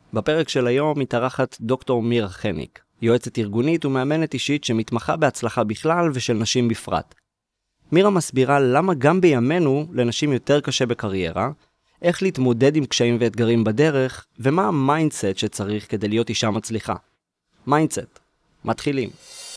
בפרק של היום מתארחת דוקטור מירה חניק, יועצת ארגונית ומאמנת אישית שמתמחה בהצלחה בכלל ושל נשים בפרט. מירה מסבירה למה גם בימינו לנשים יותר קשה בקריירה, איך להתמודד עם קשיים ואתגרים בדרך, ומה המיינדסט שצריך כדי להיות אישה מצליחה. מיינדסט. מתחילים.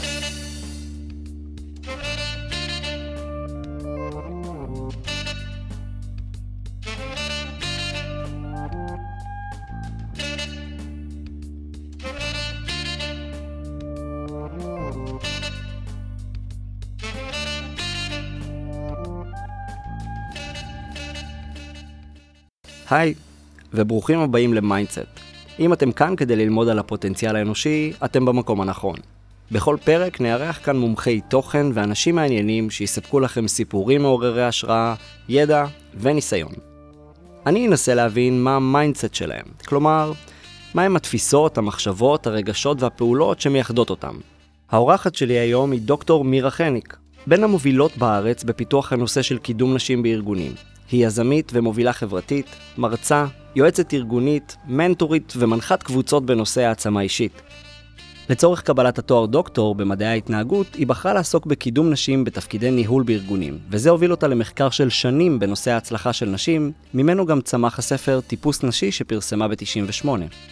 היי, וברוכים הבאים למיינדסט. אם אתם כאן כדי ללמוד על הפוטנציאל האנושי, אתם במקום הנכון. בכל פרק נארח כאן מומחי תוכן ואנשים מעניינים שיספקו לכם סיפורים מעוררי השראה, ידע וניסיון. אני אנסה להבין מה המיינדסט שלהם, כלומר, מהם התפיסות, המחשבות, הרגשות והפעולות שמייחדות אותם. האורחת שלי היום היא דוקטור מירה חניק, בין המובילות בארץ בפיתוח הנושא של קידום נשים בארגונים. היא יזמית ומובילה חברתית, מרצה, יועצת ארגונית, מנטורית ומנחת קבוצות בנושא העצמה אישית. לצורך קבלת התואר דוקטור במדעי ההתנהגות, היא בחרה לעסוק בקידום נשים בתפקידי ניהול בארגונים, וזה הוביל אותה למחקר של שנים בנושא ההצלחה של נשים, ממנו גם צמח הספר טיפוס נשי שפרסמה ב-98.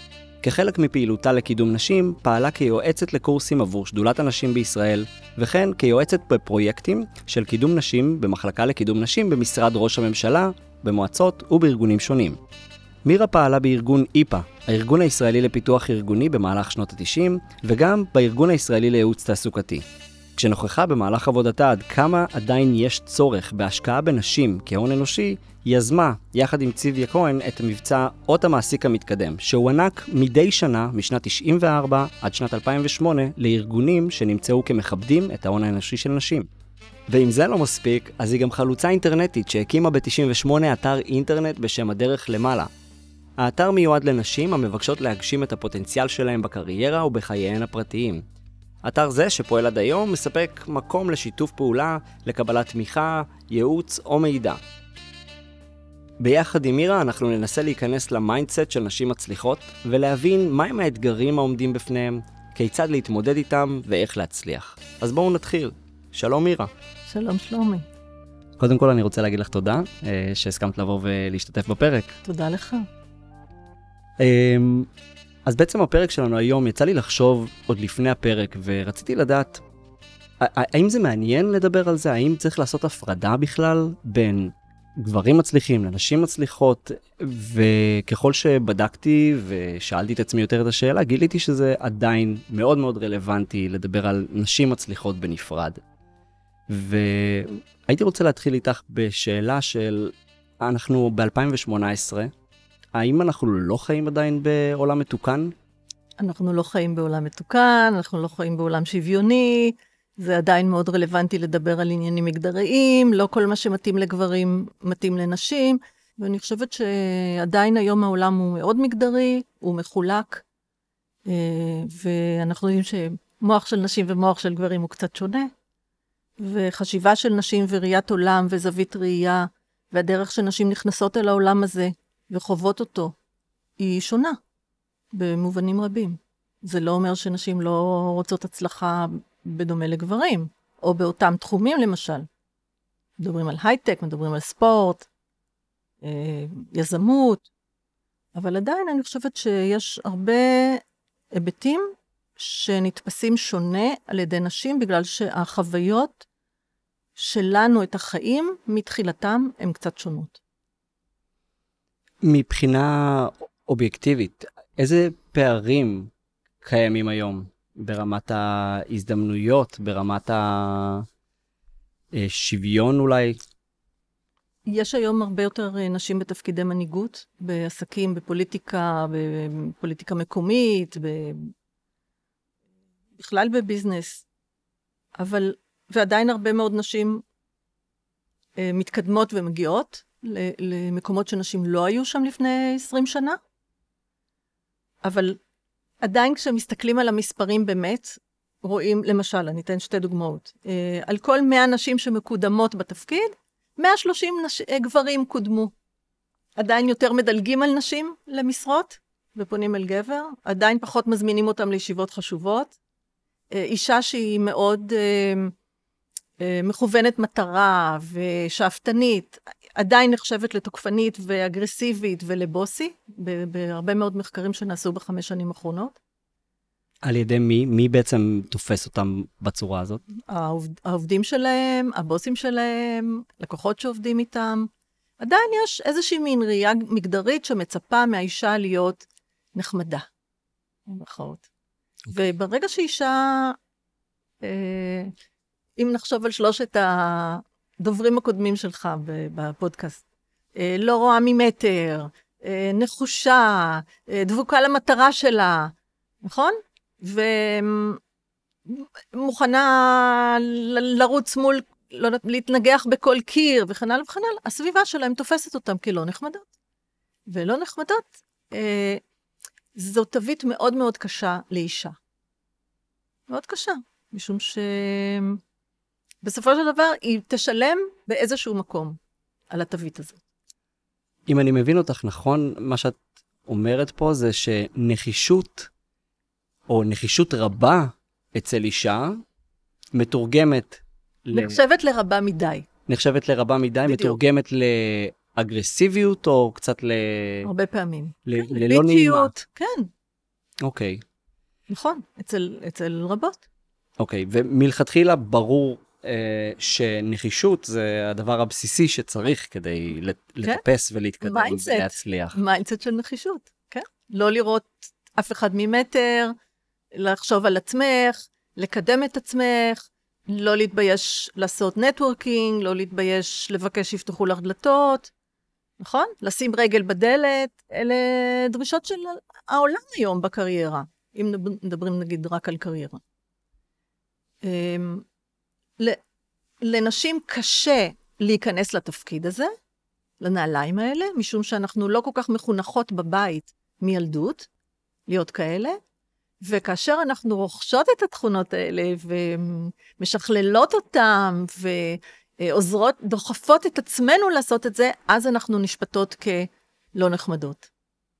כחלק מפעילותה לקידום נשים, פעלה כיועצת לקורסים עבור שדולת הנשים בישראל, וכן כיועצת בפרויקטים של קידום נשים במחלקה לקידום נשים במשרד ראש הממשלה, במועצות ובארגונים שונים. מירה פעלה בארגון איפה, הארגון הישראלי לפיתוח ארגוני במהלך שנות ה-90, וגם בארגון הישראלי לייעוץ תעסוקתי. כשנוכחה במהלך עבודתה עד כמה עדיין יש צורך בהשקעה בנשים כהון אנושי, היא יזמה, יחד עם ציוויה כהן, את מבצע אות המעסיק המתקדם, שהוענק מדי שנה משנת 94 עד שנת 2008 לארגונים שנמצאו כמכבדים את ההון האנושי של נשים. ואם זה לא מספיק, אז היא גם חלוצה אינטרנטית שהקימה ב-98 אתר אינטרנט בשם הדרך למעלה. האתר מיועד לנשים המבקשות להגשים את הפוטנציאל שלהם בקריירה ובחייהן הפרטיים. אתר זה שפועל עד היום מספק מקום לשיתוף פעולה, לקבלת תמיכה, ייעוץ או מידע. ביחד עם מירה אנחנו ננסה להיכנס למיינדסט של נשים מצליחות ולהבין מהם האתגרים העומדים בפניהם, כיצד להתמודד איתם ואיך להצליח. אז בואו נתחיל. שלום מירה. שלום שלומי. קודם כל אני רוצה להגיד לך תודה שהסכמת לבוא ולהשתתף בפרק. תודה לך. אז בעצם הפרק שלנו היום יצא לי לחשוב עוד לפני הפרק, ורציתי לדעת, האם זה מעניין לדבר על זה? האם צריך לעשות הפרדה בכלל בין גברים מצליחים לנשים מצליחות? וככל שבדקתי ושאלתי את עצמי יותר את השאלה, גיליתי שזה עדיין מאוד מאוד רלוונטי לדבר על נשים מצליחות בנפרד. והייתי רוצה להתחיל איתך בשאלה של, אנחנו ב-2018, האם אנחנו לא חיים עדיין בעולם מתוקן? אנחנו לא חיים בעולם מתוקן, אנחנו לא חיים בעולם שוויוני, זה עדיין מאוד רלוונטי לדבר על עניינים מגדריים, לא כל מה שמתאים לגברים מתאים לנשים, ואני חושבת שעדיין היום העולם הוא מאוד מגדרי, הוא מחולק, ואנחנו יודעים שמוח של נשים ומוח של גברים הוא קצת שונה, וחשיבה של נשים וראיית עולם וזווית ראייה, והדרך שנשים נכנסות אל העולם הזה, וחוות אותו, היא שונה במובנים רבים. זה לא אומר שנשים לא רוצות הצלחה בדומה לגברים, או באותם תחומים למשל. מדברים על הייטק, מדברים על ספורט, יזמות, אבל עדיין אני חושבת שיש הרבה היבטים שנתפסים שונה על ידי נשים, בגלל שהחוויות שלנו את החיים מתחילתם הן קצת שונות. מבחינה אובייקטיבית, איזה פערים קיימים היום ברמת ההזדמנויות, ברמת השוויון אולי? יש היום הרבה יותר נשים בתפקידי מנהיגות, בעסקים, בפוליטיקה, בפוליטיקה מקומית, בכלל בביזנס. ועדיין הרבה מאוד נשים מתקדמות ומגיעות, למקומות שנשים לא היו שם לפני 20 שנה. אבל עדיין כשמסתכלים על המספרים באמת, רואים, למשל, אני אתן שתי דוגמאות, על כל 100 נשים שמקודמות בתפקיד, 130 גברים קודמו. עדיין יותר מדלגים על נשים למשרות, ופונים אל גבר, עדיין פחות מזמינים אותם לישיבות חשובות. אישה שהיא מאוד מכוונת מטרה ושאפתנית, עדיין נחשבת לתוקפנית ואגרסיבית ולבוסי, בהרבה מאוד מחקרים שנעשו ב5 שנים האחרונות. על ידי מי? מי בעצם תופס אותם בצורה הזאת? העובדים שלהם, הבוסים שלהם, לקוחות שעובדים איתם. עדיין יש איזושהי מין ראייה מגדרית שמצפה מהאישה להיות נחמדה. במרכאות. וברגע שאישה, אם נחשוב על 3 הדוברים הקודמים שלך בפודקאסט, לא רואה ממטר, נחושה, דבוקה למטרה שלה, נכון? ומוכנה לרוץ מול, להתנגח בכל קיר וכן הלאה וכן הלאה, הסביבה שלהם תופסת אותם כלא נחמדות. ולא נחמדות, זו תווית מאוד מאוד קשה לאישה. מאוד קשה, משום שבסופו של דבר היא תשלם באיזשהו מקום על התווית הזאת. אם אני מבין אותך נכון, מה שאת אומרת פה זה שנחישות, או נחישות רבה אצל אישה, מתורגמת נחשבת לרבה מדי. נחשבת לרבה מדי, בדיוק. מתורגמת לאגרסיביות, או קצת הרבה פעמים. ללא נעימה. כן. אוקיי. נכון, אצל רבות. אוקיי, ומלכתחילה ברור שנחישות זה הדבר הבסיסי שצריך כדי לטפס ולהתקדם ולהצליח. מיינדסט של נחישות, כן. לא לראות אף אחד ממטר, לחשוב על עצמך, לקדם את עצמך, לא להתבייש לעשות נטוורקינג, לא להתבייש לבקש שיפתחו לך דלתות, נכון? לשים רגל בדלת, אלה דרישות של העולם היום בקריירה, אם מדברים נגיד רק על קריירה. לנשים קשה להיכנס לתפקיד הזה, לנעליים האלה, משום שאנחנו לא כל כך מחונכות בבית מילדות, להיות כאלה, וכאשר אנחנו רוכשות את התכונות האלה, ומשכללות אותן, ועוזרות, דוחפות את עצמנו לעשות את זה, אז אנחנו נשפטות כלא נחמדות.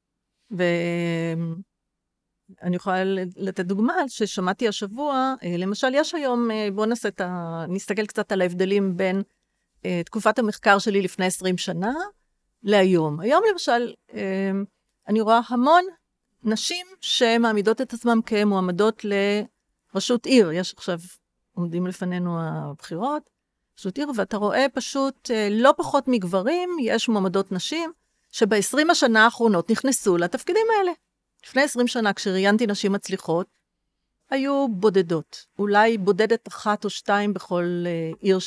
ואני יכולה לתת דוגמה ששמעתי השבוע, למשל יש היום, בואו נסתכל קצת על ההבדלים בין תקופת המחקר שלי לפני 20 שנה, להיום. היום למשל, אני רואה המון נשים שמעמידות את עצמם כמועמדות לראשות עיר. יש עכשיו, עומדים לפנינו הבחירות, ראשות עיר, ואתה רואה פשוט לא פחות מגברים, יש מועמדות נשים, שב-20 השנה האחרונות נכנסו לתפקידים האלה. לפני 20 שנה, כשראיינתי נשים מצליחות, היו בודדות. אולי בודדת 1 או 2 בכל עיר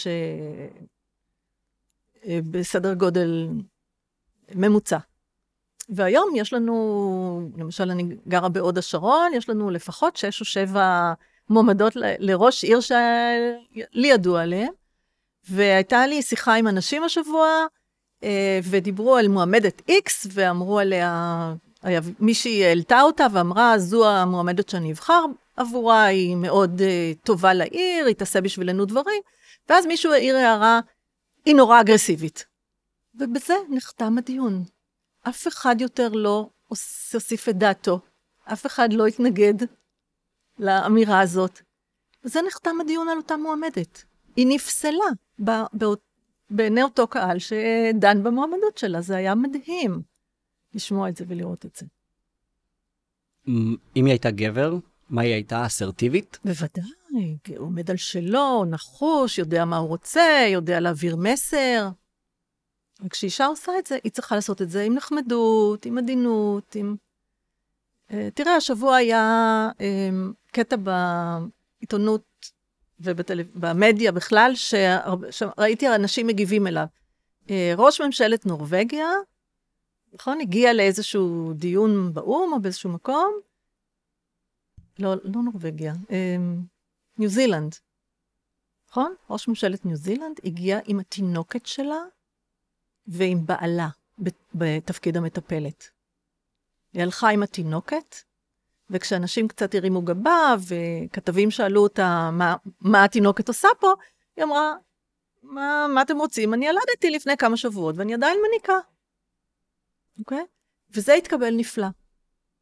בסדר גודל ממוצע. והיום יש לנו, למשל אני גרה בהוד השרון, יש לנו לפחות 6 או 7 מועמדות לראש עיר שלי ידוע עליהם, והייתה לי שיחה עם אנשים השבוע, ודיברו על מועמדת X, ואמרו עליה, מישהי העלתה אותה ואמרה, זו המועמדת שאני אבחר עבורה, היא מאוד טובה לעיר, היא תעשה בשבילנו דברים, ואז מישהו העיר הערה, היא נורא אגרסיבית. ובזה נחתם הדיון. אף אחד יותר לא הוסיף את דעתו, אף אחד לא התנגד לאמירה הזאת. וזה נחתם הדיון על אותה מועמדת. היא נפסלה בעיני אותו קהל שדן במועמדות שלה. זה היה מדהים לשמוע את זה ולראות את זה. אם היא הייתה גבר, מה היא הייתה? אסרטיבית? בוודאי, הוא עומד על שלו, נחוש, יודע מה הוא רוצה, יודע להעביר מסר. וכשאישה עושה את זה, היא צריכה לעשות את זה עם נחמדות, עם עדינות, עם... תראה, השבוע היה קטע בעיתונות ובמדיה בכלל, שראיתי אנשים מגיבים אליו. ראש ממשלת נורווגיה, נכון? הגיע לאיזשהו דיון באום או באיזשהו מקום, לא נורווגיה, ניו זילנד, נכון? ראש ממשלת ניו זילנד הגיע עם התינוקת שלה, ועם בעלה בתפקיד המטפלת. היא הלכה עם התינוקת, וכשאנשים קצת הרימו גבה, וכתבים שאלו אותה מה התינוקת עושה פה, היא אמרה, מה אתם רוצים? אני ילדתי לפני כמה שבועות, ואני עדיין מניקה. אוקיי? וזה התקבל נפלא.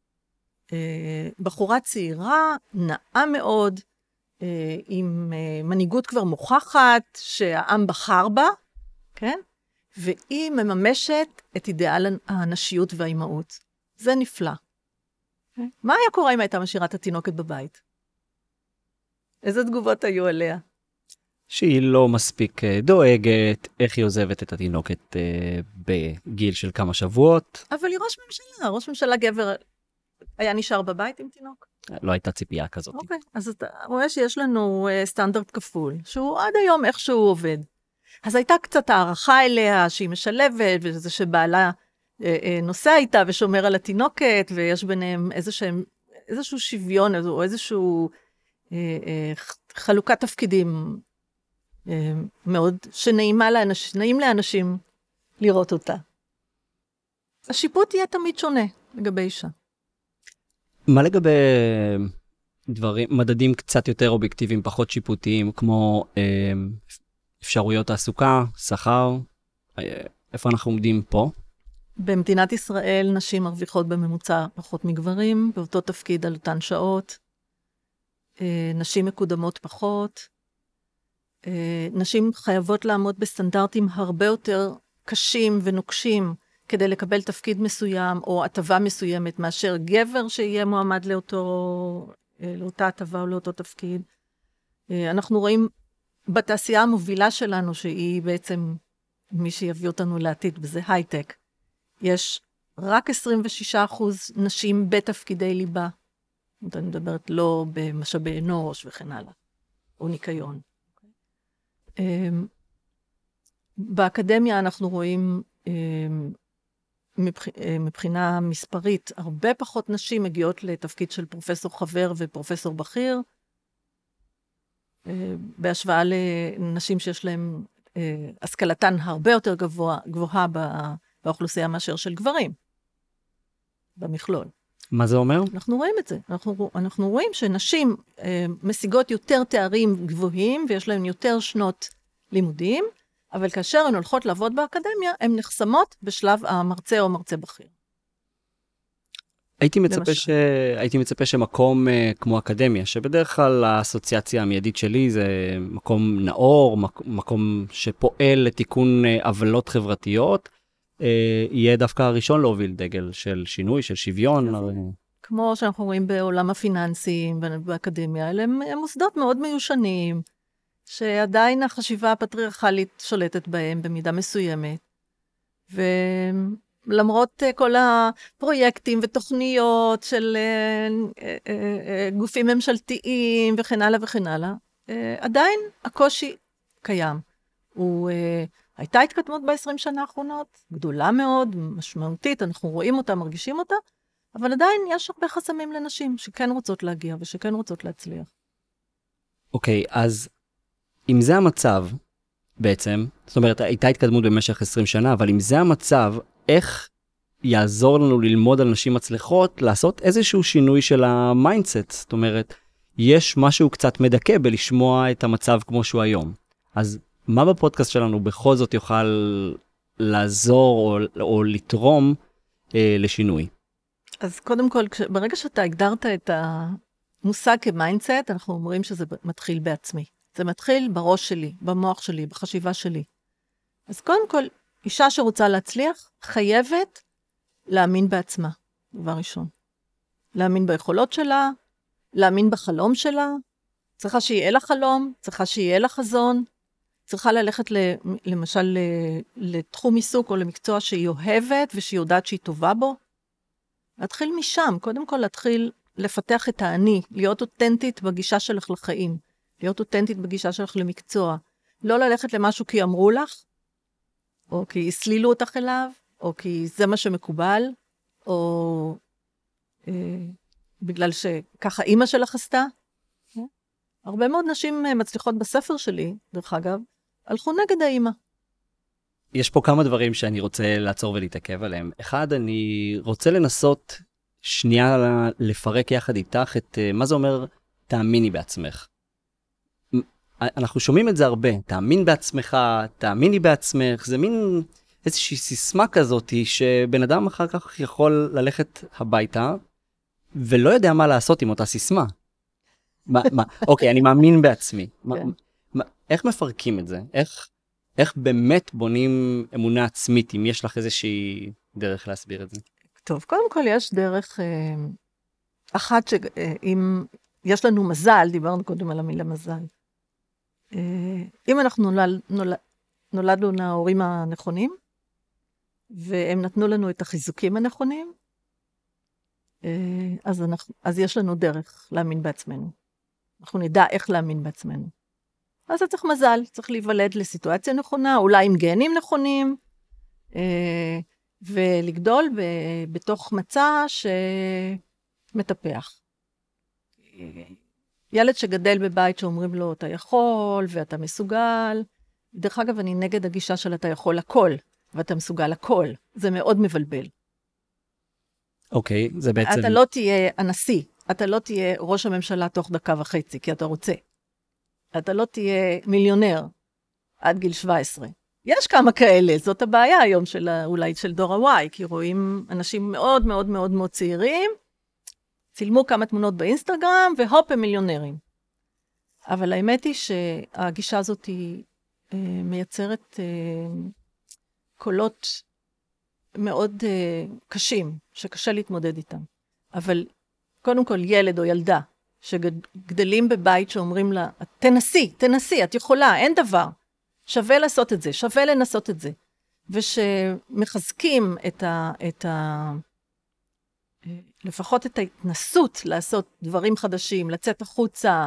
בחורה צעירה, נאה מאוד, עם מנהיגות כבר מוכחת, שהעם בחר בה, כן? והיא מממשת את אידיאל הנשיות והאימהות. זה נפלא. מה היה קורה אם הייתה משאירה את התינוקת בבית? איזה תגובות היו עליה? שהיא לא מספיק דואגת, איך היא עוזבת את התינוקת בגיל של כמה שבועות. אבל היא ראש ממשלה, ראש ממשלה גבר היה נשאר בבית עם תינוק. לא הייתה ציפייה כזאת. אוקיי, אז אתה רואה שיש לנו סטנדרט כפול, שהוא עד היום איכשהו עובד. אז הייתה קצת הערכה אליה, שהיא משלבת, וזה שבעלה נוסע איתה ושומר על התינוקת, ויש ביניהם איזשהו שוויון, או איזשהו חלוקת תפקידים מאוד, שנעים לאנשים לראות אותה. השיפוט יהיה תמיד שונה לגבי אישה. מה לגבי מדדים קצת יותר אובייקטיביים, פחות שיפוטיים, כמו אפשרויות תעסוקה, שכר? איפה אנחנו עומדים פה? במדינת ישראל נשים מרוויחות בממוצע פחות מגברים, באותו תפקיד על אותן שעות. נשים מקודמות פחות. נשים חייבות לעמוד בסטנדרטים הרבה יותר קשים ונוקשים, כדי לקבל תפקיד מסוים או הטבה מסוימת, מאשר גבר שיהיה מועמד לאותה הטבה או לאותו תפקיד. אנחנו רואים בתעשייה המובילה שלנו, שהיא בעצם מי שיביא אותנו לעתיד, וזה הייטק. יש רק 26% נשים בתפקידי ליבה. אני מדברת לא במשאבי אנוש וכן הלאה, או ניקיון. באקדמיה אנחנו רואים מבחינה מספרית, הרבה פחות נשים מגיעות לתפקיד של פרופסור חבר ופרופסור בכיר, בהשוואה לנשים שיש להם השכלתן הרבה יותר גבוהה באוכלוסייה מאשר של גברים, במכלול. מה זה אומר? אנחנו רואים את זה. אנחנו רואים שנשים משיגות יותר תארים גבוהים, ויש להן יותר שנות לימודים, אבל כאשר הן הולכות לעבוד באקדמיה, הן נחסמות בשלב המרצה או מרצה בכיר. הייתי מצפה שמקום כמו אקדמיה, שבדרך כלל האסוציאציה המיידית שלי זה מקום נאור, מקום שפועל לתיקון עוולות חברתיות, יהיה דווקא הראשון להוביל דגל של שינוי, של שוויון. כמו שאנחנו רואים בעולם הפיננסים, באקדמיה, אלה הם מוסדות מאוד מיושנים, שעדיין החשיבה הפטריארכלית שולטת בהם במידה מסוימת. ולמרות כל הפרויקטים ותוכניות של גופים ממשלתיים וכן הלאה וכן הלאה, עדיין הקושי קיים. הייתה התקדמות ב-20 שנה האחרונות, גדולה מאוד, משמעותית, אנחנו רואים אותה, מרגישים אותה, אבל עדיין יש הרבה חסמים לנשים שכן רוצות להגיע ושכן רוצות להצליח. אוקיי, אז אם זה המצב בעצם, זאת אומרת, הייתה התקדמות במשך 20 שנה, אבל אם זה המצב, איך יעזור לנו ללמוד על נשים מצליחות, לעשות איזשהו שינוי של המיינדסט? זאת אומרת, יש משהו קצת מדכא בלשמוע את המצב כמו שהוא היום. אז מה בפודקאסט שלנו בכל זאת יוכל לעזור או לתרום לשינוי? אז קודם כל, ברגע שאתה הגדרת את המושג כמיינדסט, אנחנו אומרים שזה מתחיל בעצמי. זה מתחיל בראש שלי, במוח שלי, בחשיבה שלי. אז קודם כל, אישה שרוצה להצליח, חייבת להאמין בעצמה, דבר ראשון. להאמין ביכולות שלה, להאמין בחלום שלה, צריכה שיהיה לה חלום, צריכה שיהיה לה חזון, צריכה ללכת למשל לתחום עיסוק או למקצוע שהיא אוהבת ושהיא יודעת שהיא טובה בו. להתחיל משם, קודם כל להתחיל לפתח את האני, להיות אותנטית בגישה שלך לחיים, להיות אותנטית בגישה שלך למקצוע, לא ללכת למשהו כי אמרו לך, או כי הסלילו אותך אליו, או כי זה מה שמקובל, או בגלל שככה אימא שלך עשתה. הרבה מאוד נשים מצליחות בספר שלי, דרך אגב, הלכו נגד האימא. יש פה כמה דברים שאני רוצה לעצור ולהתעכב עליהם. אחד, אני רוצה לנסות שנייה לפרק יחד איתך את מה זה אומר תאמיני בעצמך. אנחנו שומעים את זה הרבה, תאמין בעצמך, תאמיני בעצמך, זה מין איזושהי סיסמה כזאת שבן אדם אחר כך יכול ללכת הביתה ולא יודע מה לעשות עם אותה סיסמה. אוקיי, אני מאמין בעצמי. איך מפרקים את זה? איך באמת בונים אמונה עצמית, אם יש לך איזושהי דרך להסביר את זה? טוב, קודם כל יש דרך אחת שאם יש לנו מזל, דיברנו קודם על המילה מזל, אם אנחנו נולדנו להורים הנכונים, והם נתנו לנו את החיזוקים הנכונים, אז יש לנו דרך להאמין בעצמנו. אנחנו נדע איך להאמין בעצמנו. אז זה צריך מזל, צריך להיוולד לסיטואציה נכונה, אולי עם גנים נכונים, ולגדול בתוך מצע שמטפח. ילד שגדל בבית שאומרים לו, אתה יכול ואתה מסוגל. דרך אגב, אני נגד הגישה של אתה יכול הכל, ואתה מסוגל הכל. זה מאוד מבלבל. אוקיי, זה בעצם... אתה לא תהיה הנשיא, אתה לא תהיה ראש הממשלה תוך דקה וחצי, כי אתה רוצה. אתה לא תהיה מיליונר עד גיל 17. יש כמה כאלה, זאת הבעיה היום אולי של דור ה-Y, כי רואים אנשים מאוד מאוד מאוד מאוד צעירים, צילמו כמה תמונות באינסטגרם, והופ, הם מיליונרים. אבל האמת היא שהגישה הזאת היא מייצרת קולות מאוד קשים, שקשה להתמודד איתם. אבל קודם כל ילד או ילדה, שגדלים בבית שאומרים לה, תנסי, את יכולה, אין דבר. שווה לעשות את זה, שווה לנסות את זה. ושמחזקים לפחות את ההתנסות לעשות דברים חדשים, לצאת החוצה,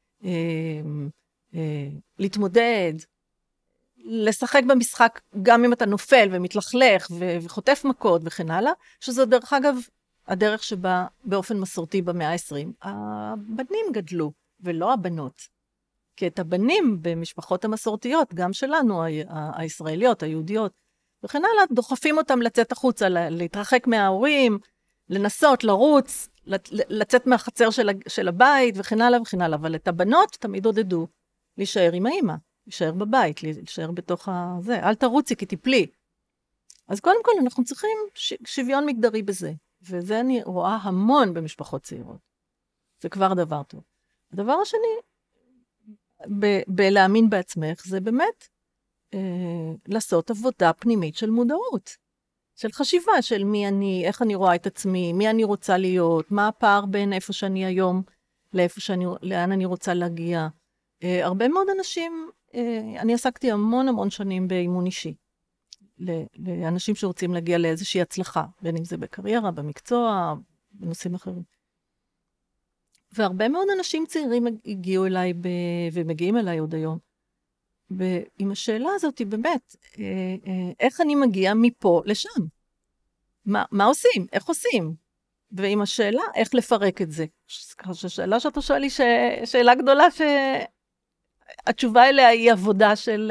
להתמודד, לשחק במשחק גם אם אתה נופל ומתלכלך וחוטף מכות וכן הלאה, שזו דרך אגב הדרך שבה באופן מסורתי במאה ה-20, הבנים גדלו ולא הבנות. כי את הבנים במשפחות המסורתיות, גם שלנו, הישראליות, היהודיות, וכן הלאה, דוחפים אותם לצאת החוצה, להתרחק מההורים, לנסות, לרוץ, לצאת מהחצר של הבית, וכן הלאה וכן הלאה. אבל את הבנות תמיד עודדו להישאר עם האמא, להישאר בבית, להישאר בתוך זה. אל תרוצי, כי תיפלי. אז קודם כל, אנחנו צריכים שוויון מגדרי בזה. וזה אני רואה המון במשפחות צעירות. זה כבר דבר טוב. הדבר השני, בלהאמין בעצמך, זה באמת לעשות עבודה פנימית של מודעות, של חשיבה של מי אני, איך אני רואה את עצמי, מי אני רוצה להיות, מה הפער בין איפה שאני היום, לאן אני רוצה להגיע. הרבה מאוד אנשים, אני עסקתי המון שנים באימון אישי, לאנשים שרוצים להגיע לאיזושהי הצלחה, בין אם זה בקריירה, במקצוע, בנושאים אחרים. והרבה מאוד אנשים צעירים הגיעו אליי ומגיעים אליי עוד היום. עם השאלה הזאת היא באמת, איך אני מגיע מפה לשם? מה עושים? איך עושים? ועם השאלה, איך לפרק את זה? השאלה שאתה שואל היא שאלה גדולה שהתשובה אליה היא עבודה של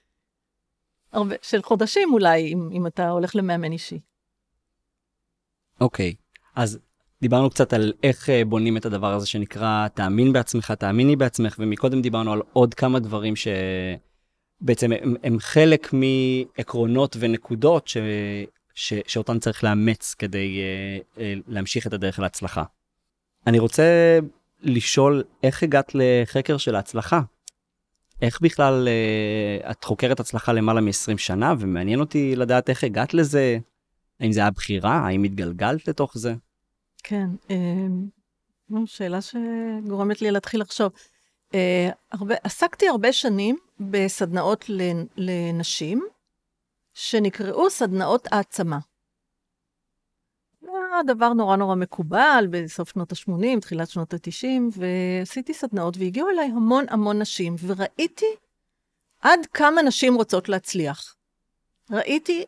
חודשים אולי, אם אתה הולך למאמן אישי. אוקיי, אז דיברנו קצת על איך בונים את הדבר הזה שנקרא תאמין בעצמך, תאמיני בעצמך, ומקודם דיברנו על עוד כמה דברים שבעצם הם חלק מעקרונות ונקודות שאותן צריך לאמץ כדי להמשיך את הדרך להצלחה. אני רוצה לשאול איך הגעת לחקר של ההצלחה? איך בכלל את חוקרת הצלחה למעלה מ-20 שנה, ומעניין אותי לדעת איך הגעת לזה, האם זה היה בחירה, האם התגלגלת לתוך זה? כן, שאלה שגורמת לי להתחיל לחשוב. עסקתי הרבה שנים בסדנאות לנשים, שנקראו סדנאות העצמה. זה היה דבר נורא מקובל, בסוף שנות ה-80, תחילת שנות ה-90, ועשיתי סדנאות, והגיעו אליי המון נשים, וראיתי עד כמה נשים רוצות להצליח. ראיתי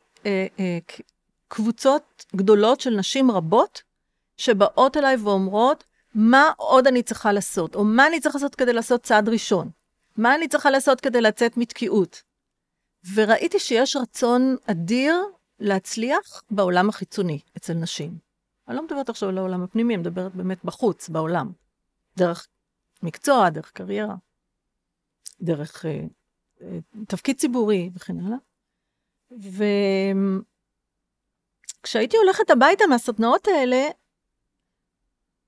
קבוצות גדולות של נשים רבות, שבאות אליי ואומרות, מה עוד אני צריכה לעשות? או מה אני צריכה לעשות כדי לעשות צעד ראשון? מה אני צריכה לעשות כדי לצאת מתקיעות? וראיתי שיש רצון אדיר להצליח בעולם החיצוני, אצל נשים. אני לא מדברת עכשיו על העולם הפנימי, אני מדברת באמת בחוץ, בעולם. דרך מקצוע, דרך קריירה, דרך תפקיד ציבורי וכן הלאה. וכשהייתי הולכת הביתה מהסדנאות האלה,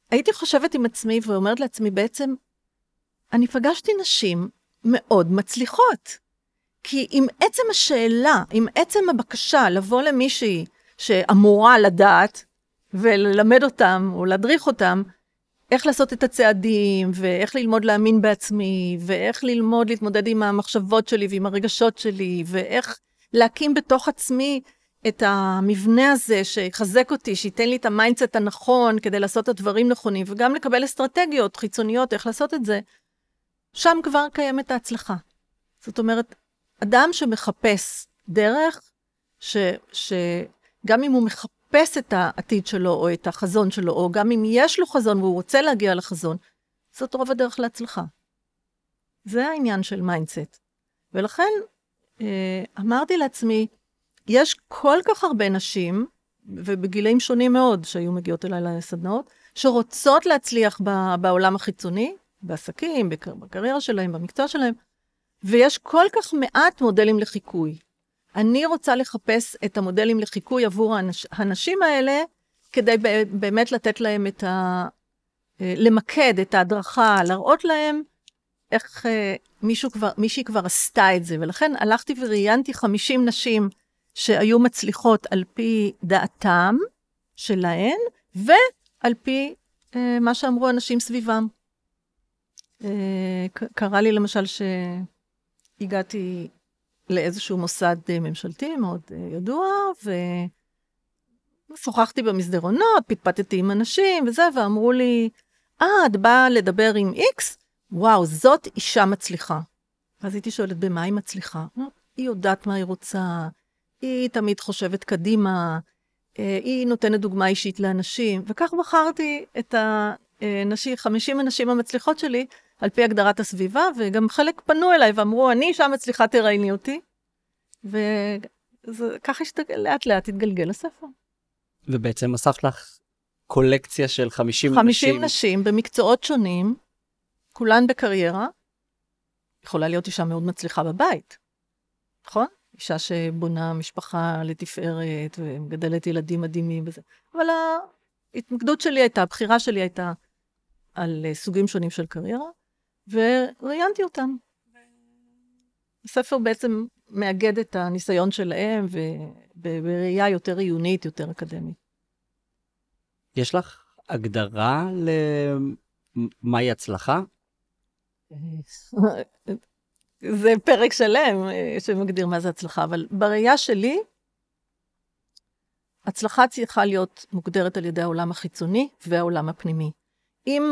הייתי חושבת עם עצמי ואומרת לעצמי, בעצם, אני פגשתי נשים מאוד מצליחות. כי עם עצם השאלה, עם עצם הבקשה לבוא למישהי שאמורה לדעת, וללמד אותם או להדריך אותם, איך לעשות את הצעדים, ואיך ללמוד להאמין בעצמי, ואיך ללמוד להתמודד עם המחשבות שלי ועם הרגשות שלי, ואיך להקים בתוך עצמי את המבנה הזה שיחזק אותי, שייתן לי את המיינדסט הנכון כדי לעשות את הדברים נכונים, וגם לקבל אסטרטגיות חיצוניות, איך לעשות את זה, שם כבר קיימת ההצלחה. זאת אומרת, אדם שמחפש דרך, שגם אם הוא מחפש את העתיד שלו, או את החזון שלו, או גם אם יש לו חזון והוא רוצה להגיע לחזון, זאת רוב הדרך להצלחה. זה העניין של מיינדסט. ולכן אמרתי לעצמי, יש כל כך הרבה נשים, ובגילאים שונים מאוד שהיו מגיעות אליי לסדנאות, שרוצות להצליח בעולם החיצוני, בעסקים, בקריירה שלהם, במקצוע שלהם, ויש כל כך מעט מודלים לחיקוי. אני רוצה לחפש את המודלים לחיקוי עבור האנשים האלה, כדי באמת לתת להם למקד את ההדרכה, להראות להם איך מישהי כבר עשתה את זה. ולכן הלכתי וראיינתי 50 נשים שהיו מצליחות על פי דעתם שלהן, ועל פי מה שאמרו אנשים סביבם. קרה לי למשל שהגעתי לאיזשהו מוסד ממשלתי מאוד ידוע, ושוחחתי במסדרונות, פטפטתי עם אנשים וזה, ואמרו לי, את באה לדבר עם איקס? וואו, זאת אישה מצליחה. אז הייתי שואלת, במה היא מצליחה? היא יודעת מה היא רוצה, היא תמיד חושבת קדימה, היא נותנת דוגמה אישית לאנשים, וכך בחרתי את 50 הנשים המצליחות שלי, על פי הגדרת הסביבה, וגם חלק פנו אליי ואמרו, אני אישה מצליחה, תראייני אותי. וככה לאט לאט התגלגל הספר. ובעצם אספת לך קולקציה של 50 נשים. 50 נשים במקצועות שונים, כולן בקריירה, יכולה להיות אישה מאוד מצליחה בבית, נכון? אישה שבונה משפחה לתפארת, ומגדלת ילדים מדהימים וזה. אבל ההתמקדות שלי הייתה, הבחירה שלי הייתה, על סוגים שונים של קריירה, וראיינתי אותם. הספר בעצם מאגד את הניסיון שלהם, ובראייה יותר עיונית, יותר אקדמית. יש לך הגדרה למהי הצלחה? זה פרק שלם שמגדיר מה זה הצלחה, אבל בראייה שלי, הצלחה צריכה להיות מוגדרת על ידי העולם החיצוני והעולם הפנימי. אם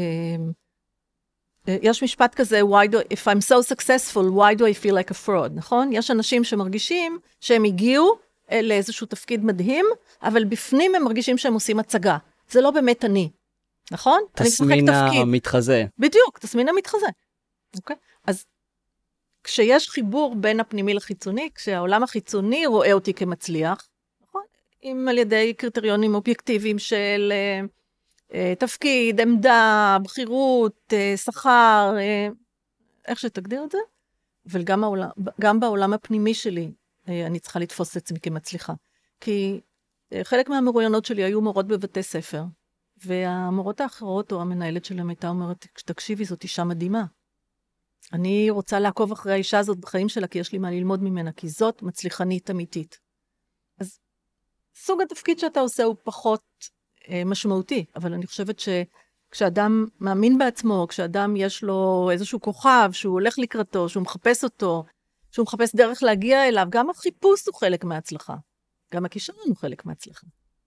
יש משפט כזה, if I'm so successful, why do I feel like a fraud, נכון? יש אנשים שמרגישים שהם הגיעו לאיזשהו תפקיד מדהים, אבל בפנים הם מרגישים שהם עושים הצגה. זה לא באמת אני, נכון? תסמין המתחזה. בדיוק, תסמין המתחזה. אוקיי? אז כשיש חיבור בין הפנימי לחיצוני, כשהעולם החיצוני רואה אותי כמצליח, נכון? אם על ידי קריטריונים אובייקטיביים של תפקיד, עמדה, בחירות, שכר, איך שתגדיר את זה, אבל גם בעולם הפנימי שלי, אני צריכה לתפוס את עצמי כמצליחה. כי חלק מהמרואיינות שלי היו מורות בבתי ספר, והמורות האחרות או המנהלת שלהם הייתה אומרת, תקשיבי, זאת אישה מדהימה. אני רוצה לעקוב אחרי האישה הזאת בחיים שלה, כי יש לי מה ללמוד ממנה, כי זאת מצליחנית אמיתית. אז סוג התפקיד שאתה עושה הוא פחות משמעותי, אבל אני חושבת שכשאדם מאמין בעצמו, כשאדם יש לו איזשהו כוכב, שהוא הולך לקראתו, שהוא מחפש אותו, שהוא מחפש דרך להגיע אליו, גם החיפוש הוא חלק מההצלחה. גם הכישרון הוא חלק מההצלחה.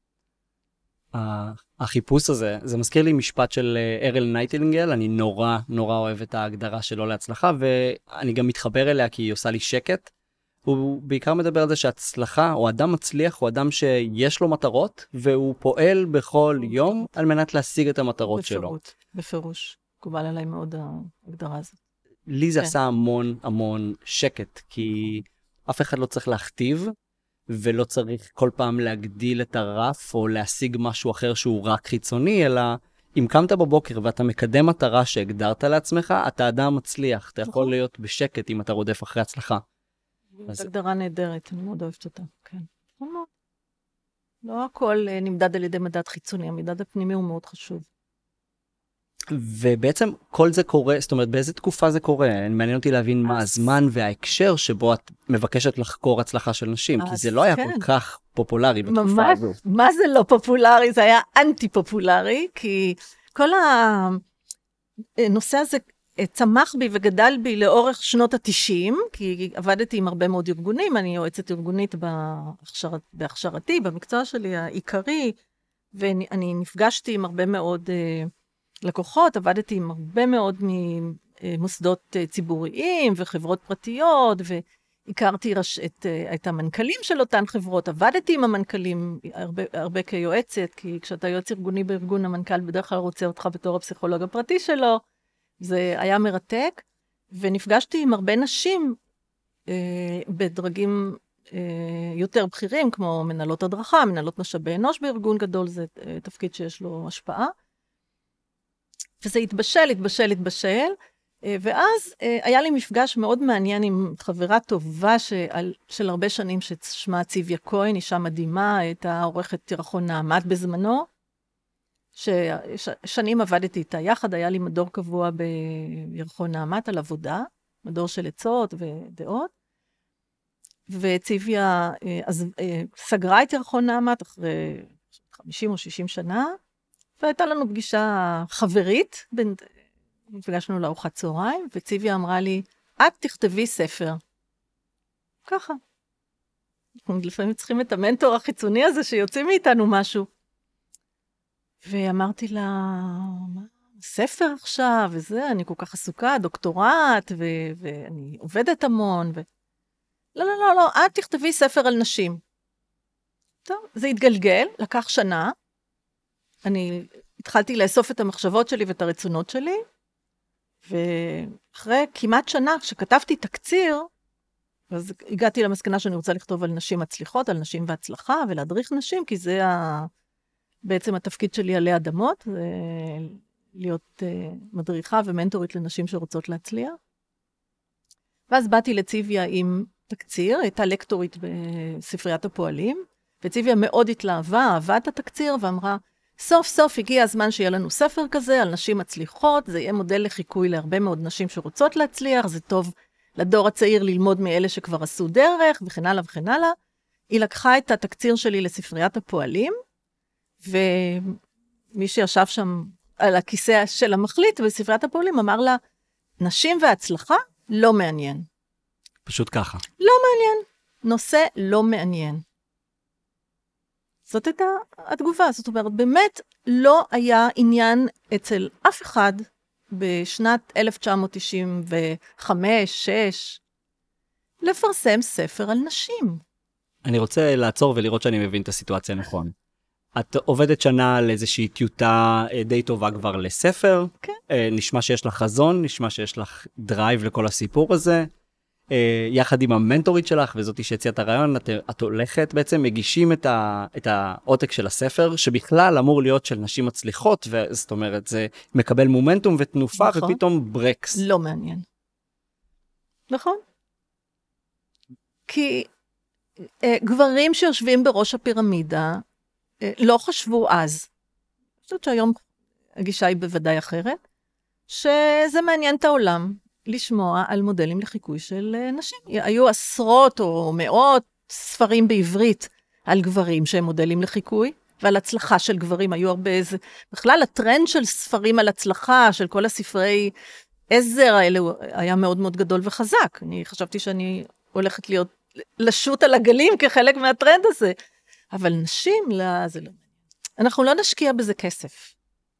החיפוש הזה, זה מזכיר לי משפט של ארל נייטינגל, אני נורא אוהב את ההגדרה שלו להצלחה, ואני גם מתחבר אליה כי היא עושה לי שקט. הוא בעיקר מדבר על זה שהצלחה, או אדם מצליח, הוא אדם שיש לו מטרות, והוא פועל בכל יום על מנת להשיג את המטרות שלו. בפירוש. קובל עליי מאוד ההגדרה הזאת. לי זה עשה המון שקט, כי אף אחד לא צריך להכתיב, ולא צריך כל פעם להגדיל את הרף, או להשיג משהו אחר שהוא רק חיצוני, אלא אם קמת בבוקר ואתה מקדם מטרה שהגדרת לעצמך, אתה אדם מצליח. אתה יכול להיות בשקט אם אתה רודף אחרי הצלחה. זו הגדרה נהדרת, אני מאוד אוהבת אותה. כן. לא הכל נמדד על ידי מדד חיצוני, המדד הפנימי הוא מאוד חשוב. ובעצם כל זה קורה, זאת אומרת, באיזה תקופה זה קורה? מעניין אותי להבין מה הזמן וההקשר שבו את מבקשת לחקור הצלחה של נשים, כי זה לא היה כל כך פופולרי בתקופה הזו. מה זה לא פופולרי? זה היה אנטי פופולרי, כי כל הנושא הזה צמח בי וגדל בי לאורך שנות ה-90, כי עבדתי עם הרבה מאוד ארגונים, אני יועצת ארגונית בהכשרתי, במקצוע שלי העיקרי, ואני נפגשתי עם הרבה מאוד לקוחות, עבדתי עם הרבה מאוד ממוסדות ציבוריים וחברות פרטיות, והכרתי את המנכ"לים של אותן חברות, עבדתי עם המנכ"לים הרבה כיועצת, כי כשאתה יועץ ארגוני בארגון, המנכ"ל בדרך כלל רוצה אותך בתור הפסיכולוג הפרטי שלו, זה היה מרתק, ונפגשתי עם הרבה נשים בדרגים יותר בכירים, כמו מנהלות הדרכה, מנהלות משאבי אנוש בארגון גדול, זה תפקיד שיש לו השפעה. וזה התבשל, ואז היה לי מפגש מאוד מעניין עם חברה טובה של הרבה שנים, ששמה ציוויה כהן, אישה מדהימה, הייתה עורכת ירחון נעמת בזמנו, ששנים עבדתי איתה יחד, היה לי מדור קבוע בירחון נעמת על עבודה, מדור של עצות ודעות, וציוויה סגרה את ירחון נעמת אחרי 50 או 60 שנה, והייתה לנו פגישה חברית, נפגשנו לארוחת צהריים, וציוויה אמרה לי, את תכתבי ספר. ככה. אנחנו לפעמים צריכים את המנטור החיצוני הזה, שיוצאים מאיתנו משהו. ואמרתי לה, מה, ספר עכשיו, וזה, אני כל כך עסוקה, דוקטורט, ואני עובדת המון, לא, את תכתבי ספר על נשים. טוב, זה התגלגל, לקח שנה, אני התחלתי לאסוף את המחשבות שלי ואת הרצונות שלי, ואחרי כמעט שנה, כשכתבתי תקציר, אז הגעתי למסקנה שאני רוצה לכתוב על נשים מצליחות, על נשים והצלחה, ולהדריך נשים, כי זה בעצם התפקיד שלי עלי אדמות, זה להיות מדריכה ומנטורית לנשים שרוצות להצליח. ואז באתי לציוויה עם תקציר, הייתה לקטורית בספריית הפועלים, וציוויה מאוד התלהבה, אהבה את התקציר, ואמרה, סוף סוף הגיע הזמן שיהיה לנו ספר כזה על נשים מצליחות, זה יהיה מודל לחיקוי להרבה מאוד נשים שרוצות להצליח, זה טוב לדור הצעיר ללמוד מאלה שכבר עשו דרך, וכן הלאה וכן הלאה. היא לקחה את התקציר שלי לספריית הפועלים, ומי שישב שם על הכיסא של המחליט בספריית הפועלים אמר לה, נשים והצלחה לא מעניין. פשוט ככה. לא מעניין. נושא לא מעניין. זאת הייתה התגובה. זאת אומרת, באמת לא היה עניין אצל אף אחד בשנת 1995-6 לפרסם ספר על נשים. אני רוצה לעצור ולראות שאני מבין את הסיטואציה נכון. את עובדת שנה על איזושהי טיוטה די טובה כבר לספר, כן. נשמע שיש לך חזון, נשמע שיש לך דרייב לכל הסיפור הזה, יחד עם המנטורית שלך, וזאתי שהציעה את הרעיון, את הולכת בעצם, מגישים את העותק של הספר, שבכלל אמור להיות של נשים מצליחות, וזאת אומרת, זה מקבל מומנטום ותנופה, נכון. ופתאום ברקס. לא מעניין. נכון? כי גברים שיושבים בראש הפירמידה, לא חשבו אז, אני חושבת שהיום הגישה היא בוודאי אחרת, שזה מעניין את העולם לשמוע על מודלים לחיקוי של נשים. היו עשרות או מאות ספרים בעברית על גברים שהם מודלים לחיקוי, ועל הצלחה של גברים היו הרבה איזה, בכלל הטרנד של ספרים על הצלחה, של כל הספרי עזר האלה, היה מאוד מאוד גדול וחזק. אני חשבתי שאני הולכת לשוט על הגלים כחלק מהטרנד הזה. אבל נשים, לא, זה לא. אנחנו לא נשקיע בזה כסף.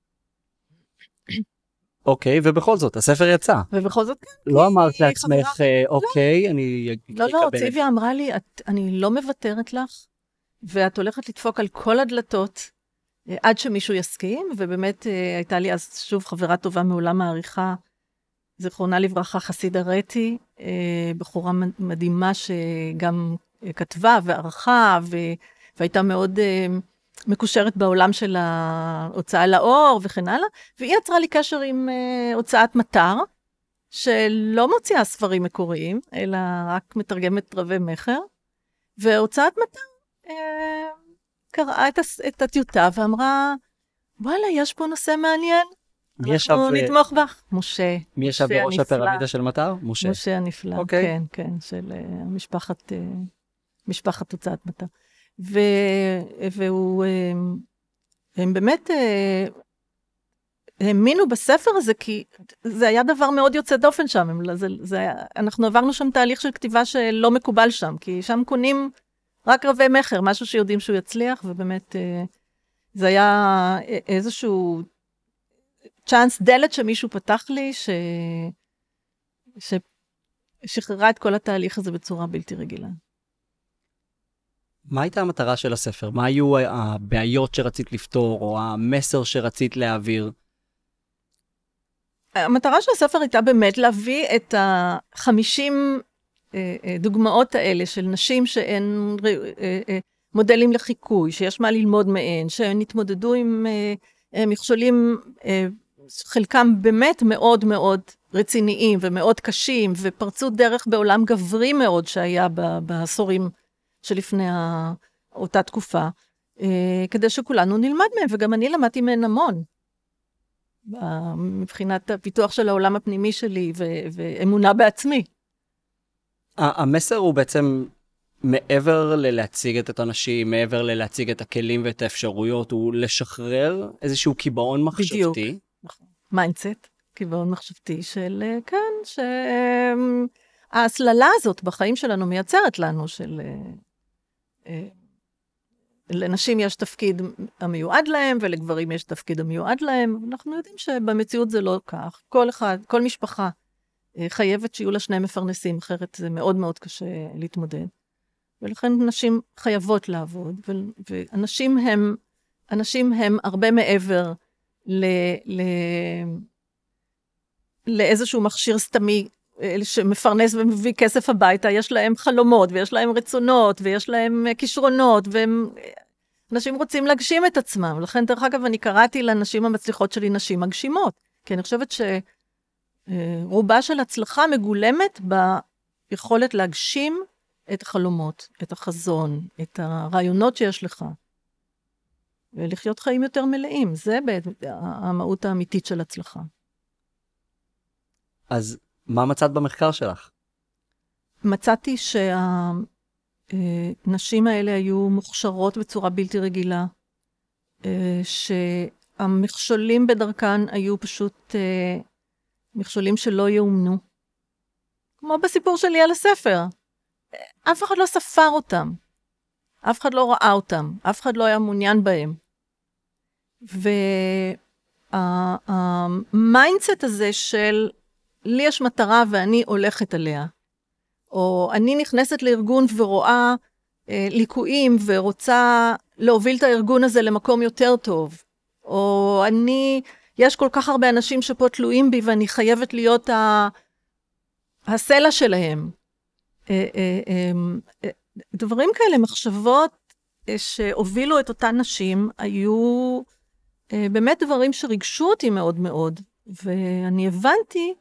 אוקיי, ובכל זאת, הספר יצא. ובכל זאת, לא אמרת לעצמך, אוקיי, אני אקבל. לא, ציוויה אמרה לי, אני לא מוותרת לך, ואת הולכת לדפוק על כל הדלתות, עד שמישהו יסכים, ובאמת הייתה לי אז שוב חברה טובה מעולם העריכה, זכרונה לברכה חסידה רטי, בחורה מדהימה שגם כתבה וערכה, והייתה מאוד מקושרת בעולם של ההוצאה לאור וכן הלאה, והיא יצרה לי קשר עם הוצאת מטר, שלא מוציאה ספרים מקוריים, אלא רק מתרגמת רבי מחר, והוצאת מטר קראה את הטיוטה ואמרה, וואלה, יש פה נושא מעניין, אנחנו נתמוך בך, משה. מי ישב בראש הפירמידה של מטר? משה. משה הנפלא, כן, כן, של משפחת תוצאת מטר. והוא, הם באמת האמינו בספר הזה, כי זה היה דבר מאוד יוצא דופן שם. אנחנו עברנו שם תהליך של כתיבה שלא מקובל שם, כי שם קונים רק רבי מחר, משהו שיודעים שהוא יצליח, ובאמת זה היה איזשהו צ'אנס, דלת שמישהו פתח לי, ששחררה את כל התהליך הזה בצורה בלתי רגילה. מה הייתה המטרה של הספר? מה היו הבעיות שרצית לפתור, או המסר שרצית להעביר? המטרה של הספר הייתה באמת להביא את 50 דוגמאות האלה של נשים שהן מודלים לחיקוי, שיש מה ללמוד מהן, שהן התמודדו עם מכשולים, חלקם באמת מאוד מאוד רציניים ומאוד קשים, ופרצו דרך בעולם גברי מאוד שהיה בעשורים שלפני אותה תקופה, כדי שכולנו נלמד מהם, וגם אני למדתי מהן המון, מבחינת הפיתוח של העולם הפנימי שלי, ואמונה בעצמי. המסר הוא בעצם מעבר ללהציג את האנשים, מעבר ללהציג את הכלים ואת האפשרויות, הוא לשחרר איזשהו קיבעון מחשבתי. בדיוק, מיינדסט, קיבעון מחשבתי של כאן, שההסללה הזאת בחיים שלנו מייצרת לנו, לנשים יש תפקיד המיועד להם, ולגברים יש תפקיד המיועד להם. אנחנו יודעים שבמציאות זה לא כך. כל משפחה חייבת שיהיו לה 2 מפרנסים, אחרת זה מאוד מאוד קשה להתמודד. ולכן נשים חייבות לעבוד, ואנשים הם הרבה מעבר לאיזשהו מכשיר סתמי שמפרנס ומביא כסף הביתה. יש להם חלומות, ויש להם רצונות, ויש להם כישרונות, אנשים רוצים להגשים את עצמם. לכן, דרך אגב, אני קראתי לנשים המצליחות שלי נשים מגשימות, כי אני חושבת שרובה של הצלחה מגולמת ביכולת להגשים את החלומות, את החזון, את הרעיונות שיש לך, ולחיות חיים יותר מלאים. זה המהות האמיתית של הצלחה. אז מה מצאת במחקר שלך? מצאתי שהנשים האלה היו מוכשרות בצורה בלתי רגילה, שהמכשולים בדרכן היו פשוט מכשולים שלא יאומנו. כמו בסיפור שלי על הספר. אף אחד לא ספר אותם. אף אחד לא ראה אותם. אף אחד לא היה מעוניין בהם. והמיינדסט הזה של לי יש מטרה ואני הולכת עליה, או אני נכנסת לארגון ורואה ליקויים ורוצה להוביל את הארגון הזה למקום יותר טוב, או יש כל כך הרבה אנשים שפה תלויים בי ואני חייבת להיות הסלע שלהם. דברים כאלה, מחשבות שהובילו את אותן נשים, היו באמת דברים שריגשו אותי מאוד מאוד, ואני הבנתי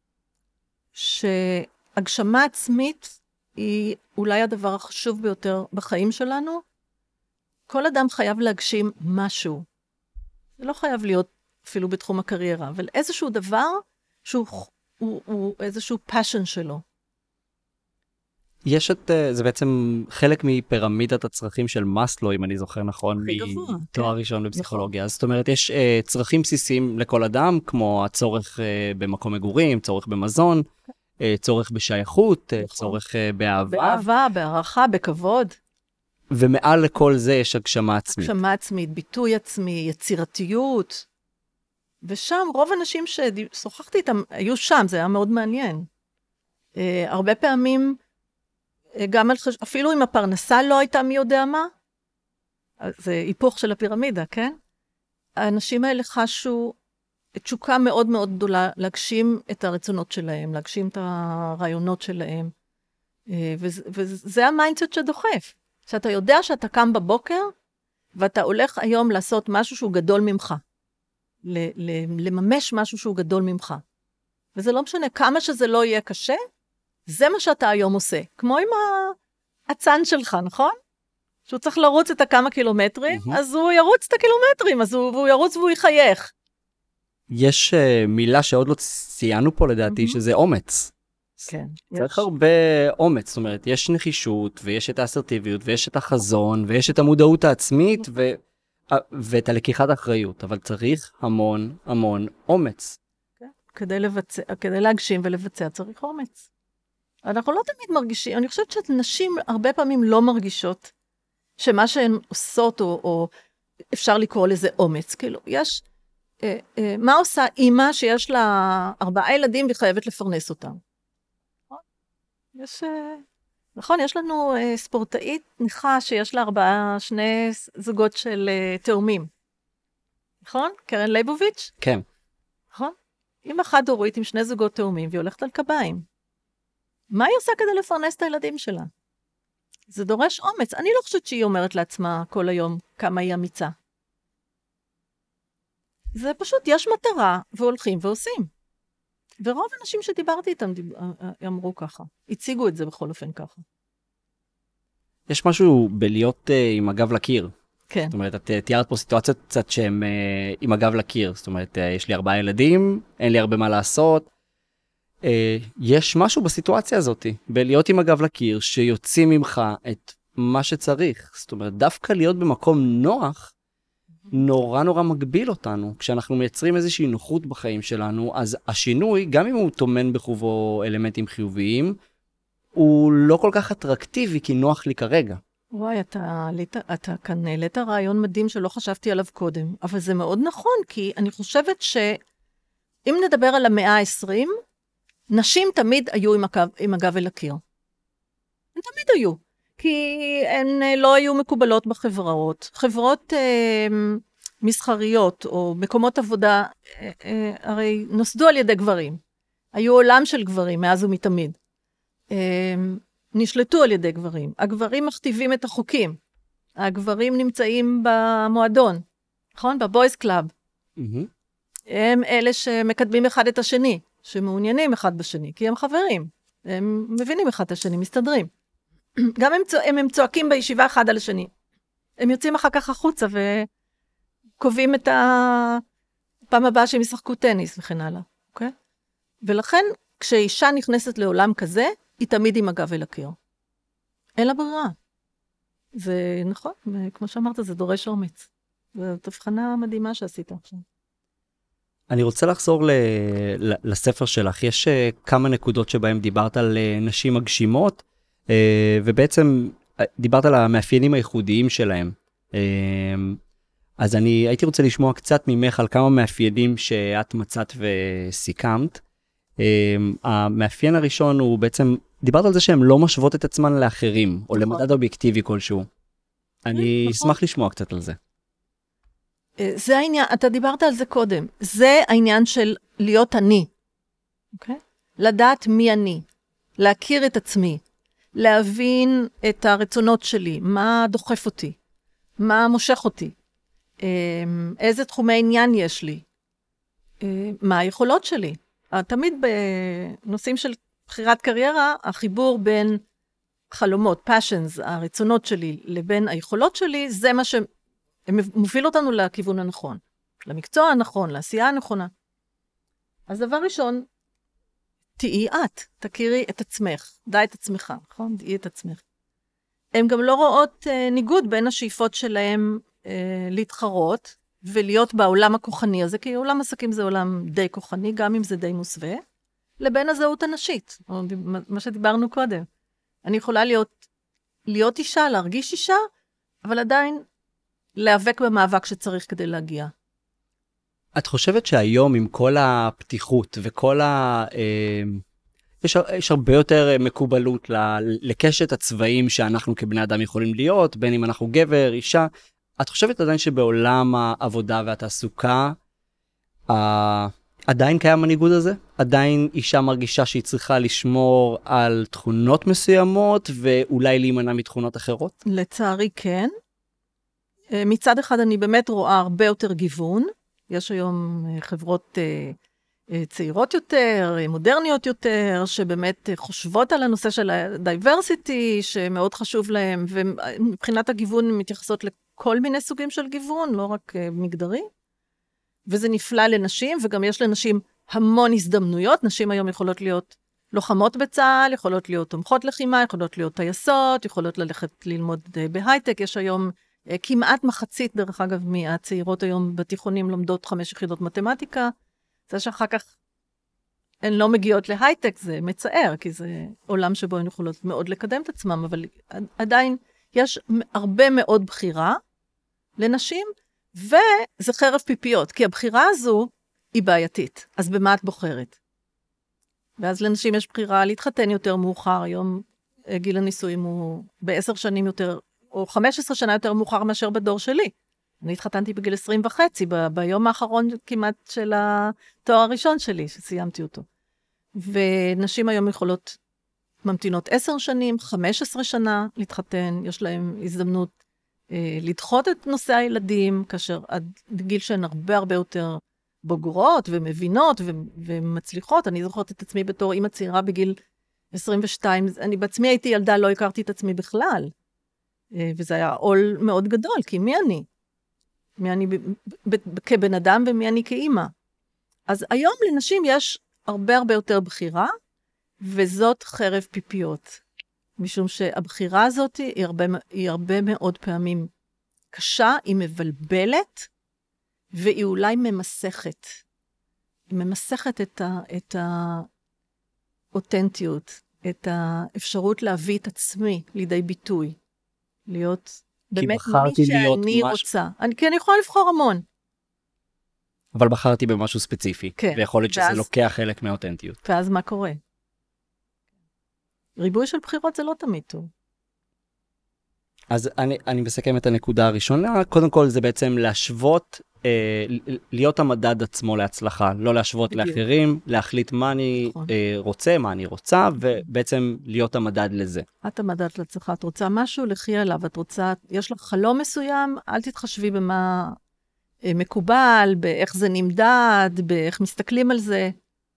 שהגשמה עצמית היא אולי הדבר החשוב ביותר בחיים שלנו. כל אדם חייב להגשים משהו. זה לא חייב להיות אפילו בתחום הקריירה, אבל איזשהו דבר שהוא איזשהו passion שלו. זה בעצם חלק מפירמידת הצרכים של מאסלו, אם אני זוכר נכון, מתואר ראשון בפסיכולוגיה. אז זאת אומרת, יש צרכים בסיסיים לכל אדם, כמו הצורך במקום מגורים, צורך במזון, צורך בשייכות, צורך באהבה. באהבה, בהערכה, בכבוד. ומעל לכל זה יש הגשמה עצמית. הגשמה עצמית, ביטוי עצמי, יצירתיות. ושם רוב האנשים ששוחחתי איתם היו שם, זה היה מאוד מעניין. הרבה פעמים, גם אפילו אם הפרנסה לא הייתה מי יודע מה, זה היפוך של הפירמידה, כן? האנשים האלה חשו תשוקה מאוד מאוד גדולה להגשים את הרצונות שלהם, להגשים את הרעיונות שלהם, וזה המיינדסט שדוחף. שאתה יודע שאתה קם בבוקר, ואתה הולך היום לעשות משהו שהוא גדול ממך. לממש משהו שהוא גדול ממך. וזה לא משנה כמה שזה לא יהיה קשה, זה מה שאתה היום עושה. כמו עם הצאן שלך, נכון? שהוא צריך לרוץ את הכמה קילומטרים, אז הוא ירוץ את הקילומטרים, הוא ירוץ והוא יחייך. יש מילה שעוד לא ציינו פה לדעתי, שזה אומץ. כן. צריך הרבה אומץ, זאת אומרת, יש נחישות, ויש את האסרטיביות, ויש את החזון, ויש את המודעות העצמית, ואת הלקיחת האחריות, אבל צריך המון המון אומץ. כדי להגשים ולבצע צריך אומץ. אנחנו לא תמיד מרגישים, אני חושבת שנשים הרבה פעמים לא מרגישות שמה שהן עושות, או אפשר לקרוא לזה אומץ. כאילו, יש, מה עושה אימא שיש לה 4 ילדים וחייבת לפרנס אותם? נכון, יש לנו ספורטאית נכה שיש לה 2 זוגות של תאומים. נכון? קרן ליבוביץ'? כן. נכון? אמא חד-הורית עם 2 זוגות תאומים, והיא הולכת על קביים. מה היא עושה כדי לפרנס את הילדים שלה? זה דורש אומץ. אני לא חושבת שהיא אומרת לעצמה כל היום כמה היא אמיצה. זה פשוט, יש מטרה, והולכים ועושים. ורוב האנשים שדיברתי איתם אמרו ככה. הציגו את זה בכל אופן ככה. יש משהו בלהיות עם הגב לקיר. כן. זאת אומרת, את תיארת פה סיטואציות קצת שהן עם הגב לקיר. זאת אומרת, יש לי 4 ילדים, אין לי הרבה מה לעשות. יש משהו בסיטואציה הזאת, בלהיות עם הגב לקיר, שיוצאים ממך את מה שצריך. זאת אומרת, דווקא להיות במקום נוח, נורא נורא מגביל אותנו. כשאנחנו מייצרים איזושהי נוחות בחיים שלנו, אז השינוי, גם אם הוא תומן בחובו אלמנטים חיוביים, הוא לא כל כך אטרקטיבי, כי נוח לי כרגע. וואי, אתה כאן העלית רעיון מדהים שלא חשבתי עליו קודם, אבל זה מאוד נכון, כי אני חושבת שאם נדבר על המאה ה-20, נשים תמיד היו עם הגב אל הקיר. הן תמיד היו, כי הן לא היו מקובלות בחברות. חברות מסחריות או מקומות עבודה, הרי נוסדו על ידי גברים. היו עולם של גברים מאז ומתמיד. נשלטו על ידי גברים. הגברים מכתיבים את החוקים. הגברים נמצאים במועדון, נכון? בבויז קלאב. הם אלה שמקדמים אחד את השני, שמעוניינים אחד בשני, כי הם חברים. הם מבינים אחד את השני, מסתדרים. גם הם צועקים בישיבה אחד על השני. הם יוצאים אחר כך החוצה וקובעים את הפעם הבאה שהם ישחקו טניס וכן הלאה. אוקיי? ולכן, כשאישה נכנסת לעולם כזה, היא תמיד עם הגב אל הקיר. אין לה ברירה. זה נכון, כמו שאמרת, זה דורש אומץ. זאת הבחנה מדהימה שעשית עכשיו. אני רוצה לחזור לספר שלך. יש כמה נקודות שבהם דיברת על נשים מגשימות, ובעצם דיברת על המאפיינים הייחודיים שלהם. אז אני הייתי רוצה לשמוע קצת ממך על כמה מאפיינים שאת מצאת וסיכמת. המאפיין הראשון הוא בעצם, דיברת על זה שהן לא משוות את עצמן לאחרים, או למדד אובייקטיבי כלשהו. אני אשמח לשמוע קצת על זה. זה העניין, אתה דיברת על זה קודם. זה העניין של להיות אני. אוקיי? לדעת מי אני. להכיר את עצמי. להבין את הרצונות שלי. מה דוחף אותי. מה מושך אותי. איזה תחומי עניין יש לי. מה היכולות שלי. תמיד בנושאים של בחירת קריירה, החיבור בין חלומות, passions, הרצונות שלי, לבין היכולות שלי, זה מה שמוביל אותנו לכיוון הנכון. למקצוע הנכון, לעשייה הנכונה. אז דבר ראשון, תהיי את, תכירי את עצמך, דע את עצמך, נכון? דעי את עצמך. הן גם לא רואות ניגוד בין השאיפות שלהם להתחרות, ולהיות בעולם הכוחני הזה, כי עולם עסקים זה עולם די כוחני, גם אם זה די מוסווה, לבין הזהות הנשית, או מה שדיברנו קודם. אני יכולה להיות אישה, להרגיש אישה, אבל עדיין להיאבק במאבק שצריך כדי להגיע. את חושבת שהיום עם כל הפתיחות וכל יש הרבה יותר מקובלות לקשת הצבעים שאנחנו כבני אדם יכולים להיות, בין אם אנחנו גבר, אישה, את חושבת עדיין שבעולם העבודה והתעסוקה, עדיין קיים הניגוד הזה? עדיין אישה מרגישה שהיא צריכה לשמור על תכונות מסוימות, ואולי להימנע מתכונות אחרות? לצערי כן. מצד אחד אני באמת רואה הרבה יותר גיוון. יש היום חברות צעירות יותר, מודרניות יותר, שבאמת חושבות על הנושא של הדייברסיטי, שמאוד חשוב להם, ומבחינת הגיוון מתייחסות כל מיני סוגים של גיוון, לא רק מגדרי. וזה נפלא לנשים, וגם יש לנשים המון הזדמנויות. נשים היום יכולות להיות לוחמות בצה"ל, יכולות להיות תומכות לחימה, יכולות להיות טייסות, יכולות ללכת ללמוד בהייטק. יש היום כמעט מחצית, דרך אגב, מהצעירות היום בתיכונים לומדות 5 יחידות מתמטיקה. זה שאחר כך הן לא מגיעות להייטק, זה מצער, כי זה עולם שבו הן יכולות מאוד לקדם את עצמם, אבל עדיין יש הרבה מאוד בחירה לנשים, וזה חרב פיפיות, כי הבחירה הזו היא בעייתית. אז במה את בוחרת? ואז לנשים יש בחירה להתחתן יותר מאוחר, היום גיל הנישואים הוא ב10 שנים יותר, או 15 שנה יותר מאוחר מאשר בדור שלי. אני התחתנתי בגיל 20.5, ביום האחרון כמעט של התואר הראשון שלי, שסיימתי אותו. ונשים היום יכולות ממתינות 10 שנים, 15 שנה להתחתן, יש להם הזדמנות לדחות את נושא הילדים, כאשר עד גיל שהן הרבה יותר בוגרות ומבינות ומצליחות. אני זוכרת את עצמי בתור אמא צעירה בגיל 22, אני בעצמי הייתי ילדה, לא הכרתי את עצמי בכלל. וזה היה עול מאוד גדול, כי מי אני? מי אני כבן אדם ומי אני כאמא. אז היום לנשים יש הרבה יותר בחירה, וזאת חרב פיפיות. משום שהבחירה הזאת היא הרבה מאוד פעמים קשה, היא מבלבלת, והיא אולי ממסכת. היא ממסכת את האותנטיות, את האפשרות להביא את עצמי לידי ביטוי. להיות באמת מי שאני רוצה. כי אני יכולה לבחור המון. אבל בחרתי במשהו ספציפי, כן. ויכול להיות שזה לוקח חלק מהאותנטיות. ואז מה קורה? ריבוי של בחירות זה לא תמיד טוב. אז אני מסכם את הנקודה הראשונה. קודם כל זה בעצם להשוות, להיות המדד עצמו להצלחה, לא להשוות בדיוק. לאחרים, להחליט מה אני נכון. רוצה, מה אני רוצה, ובעצם להיות המדד לזה. את המדד להצלחה, את רוצה משהו, לכי עליו, את רוצה, יש לך חלום מסוים, אל תתחשבי במה מקובל, באיך זה נמדד, באיך מסתכלים על זה.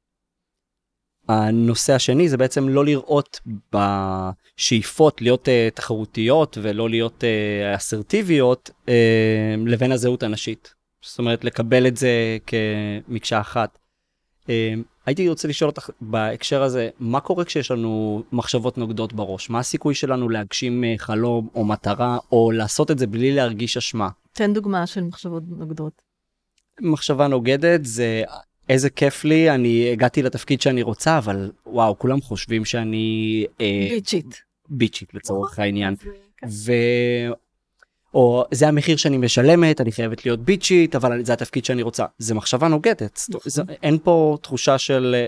הנושא השני זה בעצם לא לראות בשאיפות להיות תחרותיות ולא להיות אסרטיביות לבין הזהות הנשית. זאת אומרת, לקבל את זה כמקשה אחת. הייתי רוצה לשאול אותך בהקשר הזה, מה קורה כשיש לנו מחשבות נוגדות בראש? מה הסיכוי שלנו להגשים חלום או מטרה, או לעשות את זה בלי להרגיש אשמה? תן דוגמה של מחשבות נוגדות. מחשבה נוגדת זה איזה כיף לי, אני הגעתי לתפקיד שאני רוצה, אבל וואו, כולם חושבים שאני ביצ'ית. ביצ'ית לצורך העניין. או זה המחיר שאני משלמת, אני חייבת להיות ביצ'ית, אבל זה התפקיד שאני רוצה. זה מחשבה נוגדת. אין פה תחושה של,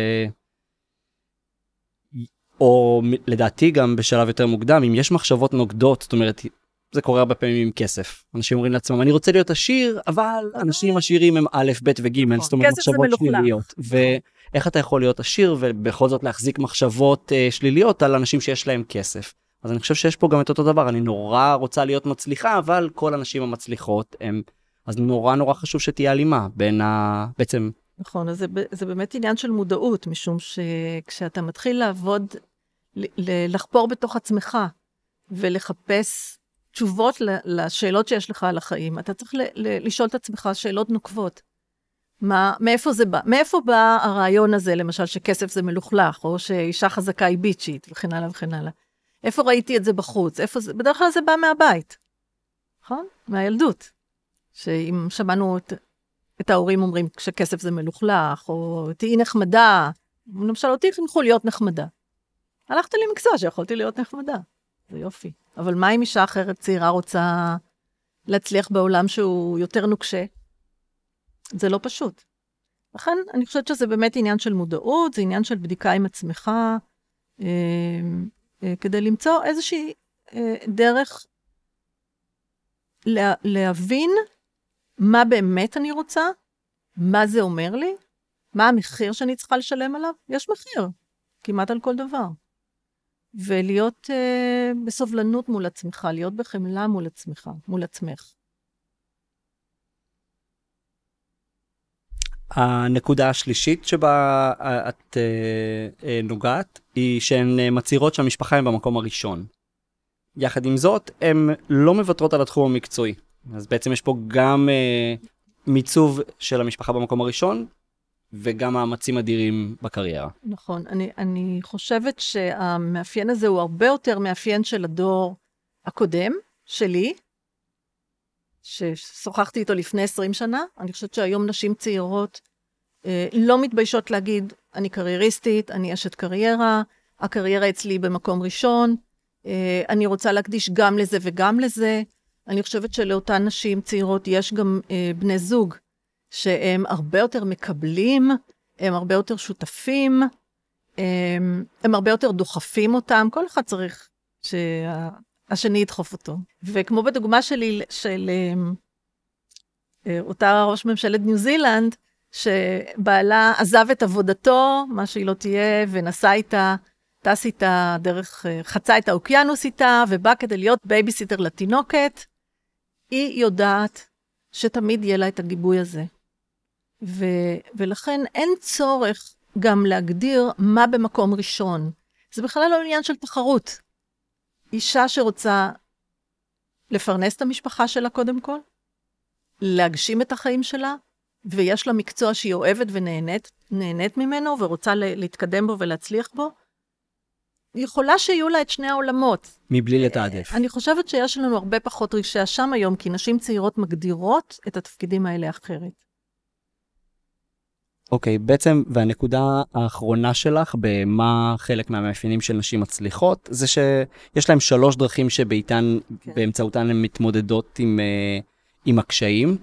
או לדעתי גם בשלב יותר מוקדם, אם יש מחשבות נוגדות, זאת אומרת, זה קורה הרבה פעמים עם כסף. אנשים אומרים לעצמם, אני רוצה להיות עשיר, אבל אנשים עשירים הם א', ב' וג', זאת אומרת, מחשבות שליליות. ואיך אתה יכול להיות עשיר, ובכל זאת להחזיק מחשבות שליליות על אנשים שיש להם כסף. אז אני חושב שיש פה גם את אותו דבר, אני נורא רוצה להיות מצליחה, אבל כל הנשים המצליחות הם, אז נורא חשוב שתהיה הלימה בין בעצם. נכון, אז זה באמת עניין של מודעות, משום שכשאתה מתחיל לעבוד, לחפור בתוך עצמך, ולחפש תשובות לשאלות שיש לך על החיים, אתה צריך לשאול את עצמך שאלות נוקבות. מאיפה זה בא? מאיפה בא הרעיון הזה, למשל, שכסף זה מלוכלך, או שאישה חזקה היא ביצ'ית, וכן הלאה וכן הלאה. איפה ראיתי את זה בחוץ? בדרך כלל זה בא מהבית. נכון? מהילדות. שאם שמענו את ההורים אומרים שכסף זה מלוכלך, או תהי נחמדה, למשל אותי חינכו להיות נחמדה. הלכתי לי מקצוע שיכולתי להיות נחמדה. זה יופי. אבל מה אם אישה אחרת צעירה רוצה להצליח בעולם שהוא יותר נוקשה? זה לא פשוט. לכן אני חושבת שזה באמת עניין של מודעות, זה עניין של בדיקה עם עצמך, כדי למצוא איזושהי דרך להבין מה באמת אני רוצה, מה זה אומר לי, מה המחיר שאני צריכה לשלם עליו. יש מחיר, כמעט על כל דבר. ולהיות בסובלנות מול עצמך, להיות בחמלה מול עצמך, מול עצמך. הנקודה השלישית שבה את נוגעת, היא שהן מצהירות שהמשפחה הן במקום הראשון. יחד עם זאת, הן לא מוותרות על התחום המקצועי. אז בעצם יש פה גם מיצוב של המשפחה במקום הראשון, וגם מאמצים אדירים בקריירה. נכון. אני חושבת שהמאפיין הזה הוא הרבה יותר מאפיין של הדור הקודם, שלי, ששוחחתי איתו לפני 20 שנה. אני חושבת שהיום נשים צעירות לא מתביישות להגיד, אני קרייריסטית, אני אשת קריירה, הקריירה אצלי במקום ראשון, אני רוצה להקדיש גם לזה וגם לזה. אני חושבת שלאותן נשים צעירות יש גם בני זוג, שהם הרבה יותר מקבלים, הם הרבה יותר שותפים, הם הרבה יותר דוחפים אותם, כל אחד צריך שהשני ידחוף אותו. וכמו בדוגמה שלי, של אותה ראש ממשלת ניו זילנד, שבעלה עזב את עבודתו, מה שהיא לא תהיה, ונסע איתה, טס איתה דרך, חצה את האוקיינוס איתה, ובא כדי להיות בייביסיטר לתינוקת, היא יודעת שתמיד יהיה לה את הגיבוי הזה. ולכן אין צורך גם להגדיר מה במקום ראשון. זה בכלל לא עניין של תחרות. אישה שרוצה לפרנס את המשפחה שלה קודם כל, להגשים את החיים שלה, ויש לה מקצוע שהיא אוהבת ונהנית ממנו, ורוצה להתקדם בו ולהצליח בו, היא יכולה שיהיו לה את שני העולמות. מבלי לתעדף. אני חושבת שיש לנו הרבה פחות רגשי אשם היום, כי נשים צעירות מגדירות את התפקידים האלה אחרת. אוקיי, בעצם, והנקודה האחרונה שלך, במה חלק מהמאפיינים של נשים מצליחות, זה שיש להם 3 דרכים באמצעותן הן מתמודדות עם הקשיים.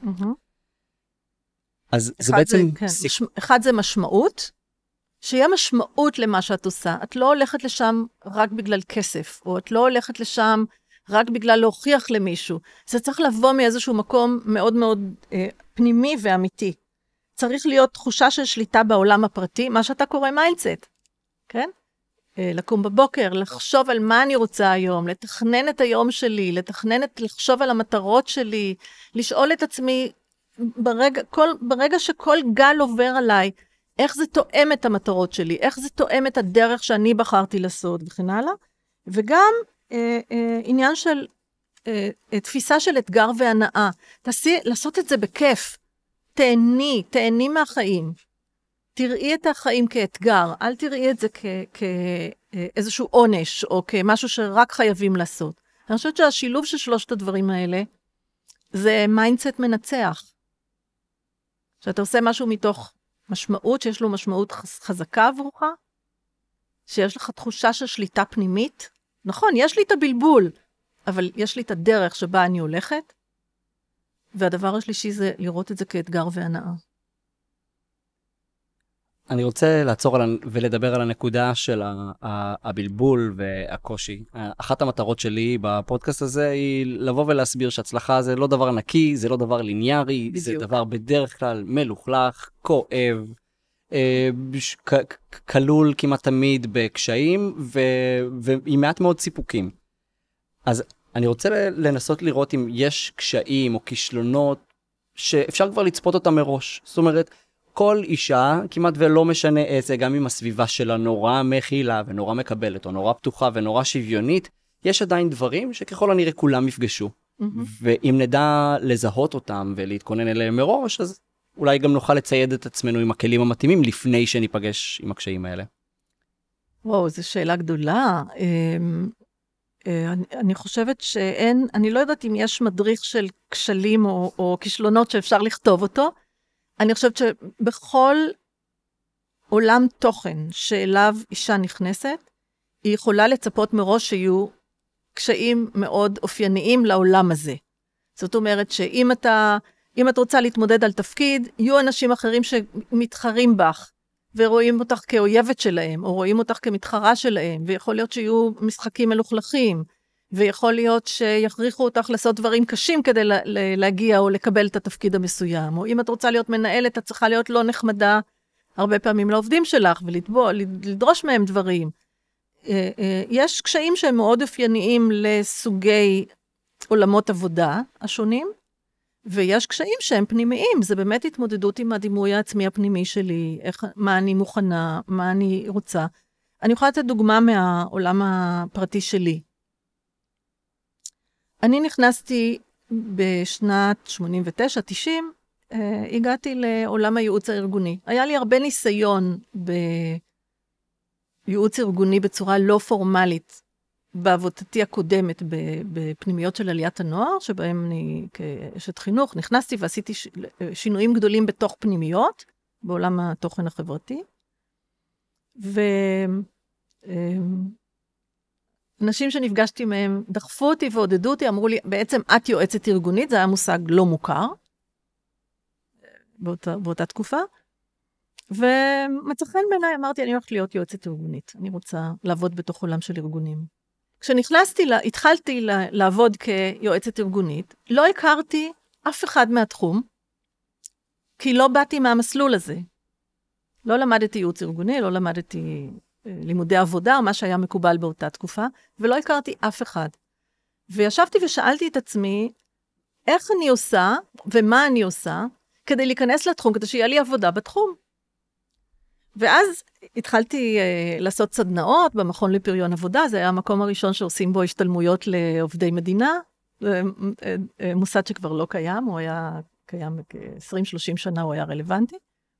אז זה בעצם... אחד זה משמעות, שיהיה משמעות למה שאת עושה. את לא הולכת לשם רק בגלל כסף, או את לא הולכת לשם רק בגלל להוכיח למישהו. זה צריך לבוא מאיזשהו מקום מאוד מאוד פנימי ואמיתי. צריך להיות תחושה של שליטה בעולם הפרטי, מה שאתה קורא מיינדסט, כן? לקום בבוקר, לחשוב על מה אני רוצה היום, לתכנן את היום שלי, לחשוב על המטרות שלי, לשאול את עצמי, ברגע שכל גל עובר עליי, איך זה תואם את המטרות שלי, איך זה תואם את הדרך שאני בחרתי לעשות, וכן הלאה. וגם עניין של תפיסה של אתגר והנאה. לעשות את זה בכיף. תהני מהחיים. תראי את החיים כאתגר, אל תראי את זה כאיזשהו עונש, או כמשהו שרק חייבים לעשות. אני חושבת שהשילוב של 3 הדברים האלה, זה מיינדסט מנצח. שאתה עושה משהו מתוך משמעות, שיש לו משמעות חזקה עבורך, שיש לך תחושה של שליטה פנימית. נכון, יש לי את הבלבול, אבל יש לי את הדרך שבה אני הולכת, והדבר השלישי זה לראות את זה כאתגר והנאה. אני רוצה לעצור ולדבר על הנקודה של הבלבול והקושי. אחת המטרות שלי בפודקאסט הזה היא לבוא ולהסביר שהצלחה זה לא דבר נקי, זה לא דבר ליניארי, בדיוק. זה דבר בדרך כלל מלוכלך, כואב, כלול כמעט תמיד בקשיים, ועם מעט מאוד סיפוקים. אז אני רוצה לנסות לראות אם יש קשיים או כישלונות שאפשר כבר לצפות אותם מראש. זאת אומרת, כל אישה, כמעט ולא משנה איזה, גם אם הסביבה שלה נורא מכילה ונורא מקבלת, או נורא פתוחה ונורא שוויונית, יש עדיין דברים שככל הנראה כולם יפגשו. ואם נדע לזהות אותם ולהתכונן אליהם מראש, אז אולי גם נוכל לצייד את עצמנו עם הכלים המתאימים לפני שניפגש עם הקשיים האלה. וואו, זו שאלה גדולה. אני חושבת שאין, אני לא יודעת אם יש מדריך של כשלים או כישלונות שאפשר לכתוב אותו. אני חושבת שבכל עולם תוכן שאליו אישה נכנסת, היא יכולה לצפות מראש שיהיו קשיים מאוד אופייניים לעולם הזה. זאת אומרת שאם את רוצה להתמודד על תפקיד, יהיו אנשים אחרים שמתחרים בך, ורואים אותך כאויבת שלהם, או רואים אותך כמתחרה שלהם, ויכול להיות שיהיו משחקים מלוכלכים, ויכול להיות שיכריחו אותך לעשות דברים קשים כדי להגיע או לקבל את התפקיד המסוים. או אם את רוצה להיות מנהלת, את צריכה להיות לא נחמדה הרבה פעמים לעובדים שלך, ולדרוש מהם דברים. יש קשיים שהם מאוד אופייניים לסוגי עולמות עבודה השונים, ויש קשיים שהם פנימיים. זה באמת התמודדות עם הדימוי העצמי הפנימי שלי, מה אני מוכנה, מה אני רוצה. אני יכולה לתת דוגמה מהעולם הפרטי שלי. אני נכנסתי בשנת 89-90 הגעתי לעולם הייעוץ הארגוני. היה לי הרבה ניסיון בייעוץ ארגוני בצורה לא פורמלית, בעבודתי הקודמת בפנימיות של עליית הנוער, שבהם אני כאשת חינוך נכנסתי ועשיתי שינויים גדולים בתוך פנימיות, בעולם התוכן החברתי. אנשים שנפגשתי מהם דחפו אותי ועודדו אותי, אמרו לי, בעצם את יועצת ארגונית, זה היה מושג לא מוכר, באותה תקופה, ומצא חן בעיניי, אמרתי, אני הולכת להיות יועצת ארגונית, אני רוצה לעבוד בתוך עולם של ארגונים. כשנכנסתי, התחלתי לעבוד כיועצת ארגונית, לא הכרתי אף אחד מהתחום, כי לא באתי מהמסלול הזה. לא למדתי ייעוץ ארגוני, לא למדתי לימודי עבודה, או מה שהיה מקובל באותה תקופה, ולא הכרתי אף אחד. וישבתי ושאלתי את עצמי, איך אני עושה, ומה אני עושה, כדי להיכנס לתחום, כדי שיהיה לי עבודה בתחום. ואז התחלתי לעשות סדנאות במכון לפריון עבודה, זה היה המקום הראשון שעושים בו השתלמויות לעובדי מדינה, מוסד שכבר לא קיים, הוא היה קיים כ-20-30 שנה, הוא היה רלוונטי.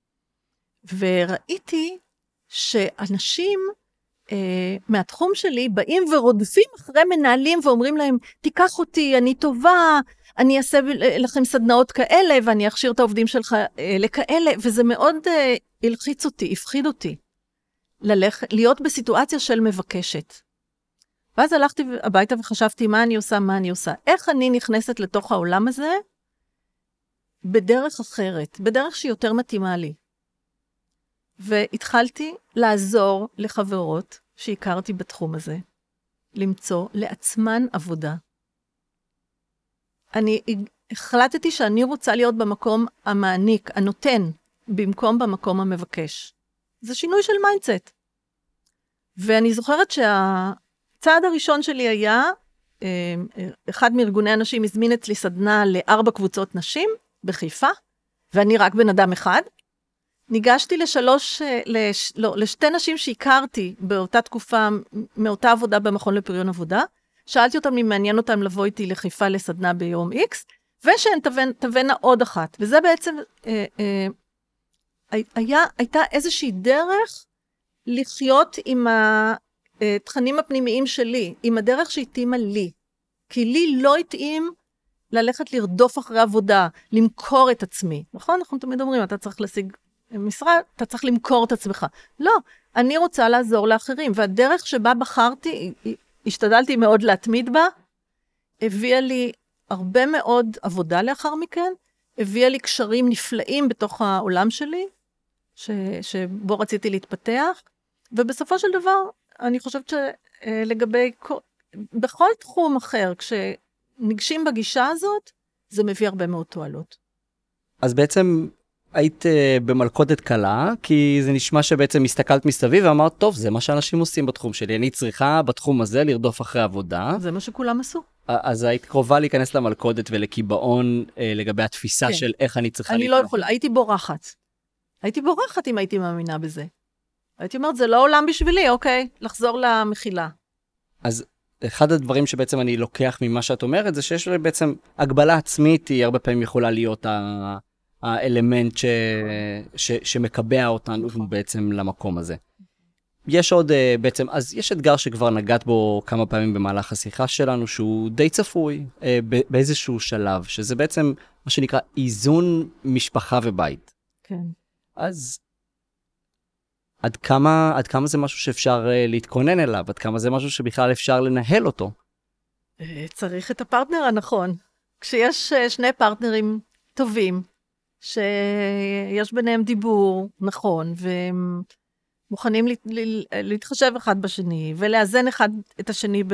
וראיתי שאנשים מהתחום שלי באים ורודפים אחרי מנהלים ואומרים להם, תיקח אותי, אני טובה, אני אעשה לכם סדנאות כאלה, ואני אכשיר את העובדים שלך לכאלה, וזה מאוד הלחיץ אותי, הפחיד אותי, להיות בסיטואציה של מבקשת. ואז הלכתי הביתה וחשבתי מה אני עושה, איך אני נכנסת לתוך העולם הזה, בדרך אחרת, בדרך שהיא יותר מתאימה לי. והתחלתי לעזור לחברות שהכרתי בתחום הזה, למצוא לעצמן עבודה. אני החלטתי שאני רוצה להיות במקום המעניק, הנותן, במקום במקום המבקש. זה שינוי של מיינדסט. ואני זוכרת שהצעד הראשון שלי היה, אחד מארגוני הנשים הזמין אצלי סדנה ל4 קבוצות נשים בחיפה, ואני רק בן אדם אחד. ניגשתי לשתי נשים שהכרתי באותה תקופה, מאותה עבודה במכון לפריון עבודה, שאלתי אותם אם מעניין אותם לבוא איתי לחיפה לסדנה ביום X, ושהן תבנה עוד אחת. וזה בעצם, הייתה איזושהי דרך לחיות עם התכנים הפנימיים שלי, עם הדרך שהתאימה לי. כי לי לא התאים ללכת לרדוף אחרי עבודה, למכור את עצמי. נכון? אנחנו תמיד אומרים, אתה צריך להשיג משרה, אתה צריך למכור את עצמך. לא, אני רוצה לעזור לאחרים, והדרך שבה בחרתי, השתדלתי מאוד להתמיד בה, הביאה לי הרבה מאוד עבודה לאחר מכן, הביאה לי קשרים נפלאים בתוך העולם שלי, שבו רציתי להתפתח, ובסופו של דבר, אני חושבת שלגבי, בכל תחום אחר, כשניגשים בגישה הזאת, זה מביא הרבה מאוד תועלות. אז בעצם היית במלכודת קלה, כי זה נשמע שבעצם הסתכלת מסביב ואמרת, טוב, זה מה שאנשים עושים בתחום שלי, אני צריכה בתחום הזה לרדוף אחרי עבודה. זה מה שכולם עשו. אז היית קרובה להיכנס למלכודת ולקיבעון לגבי התפיסה כן. של איך אני צריכה אני לא יכולה, הייתי בורחת. הייתי בורחת אם הייתי מאמינה בזה. הייתי אומרת, זה לא עולם בשבילי, אוקיי, לחזור למחילה. אז אחד הדברים שבעצם אני לוקח ממה שאת אומרת, זה שיש בעצם הגבלה עצמית, היא הרבה פעמים יכולה להיות האלמנט שמקבע אותנו בעצם למקום הזה. יש עוד בעצם, אז יש אתגר שכבר נגעת בו כמה פעמים במהלך השיחה שלנו, שהוא די צפוי באיזשהו שלב, שזה בעצם מה שנקרא איזון משפחה ובית. כן. אז עד כמה זה משהו שאפשר להתכונן אליו? עד כמה זה משהו שבכלל אפשר לנהל אותו? צריך את הפרטנר הנכון. כשיש שני פרטנרים טובים, שיש ביניהם דיבור נכון, והם מוכנים להתחשב אחד בשני, ולאזן אחד את השני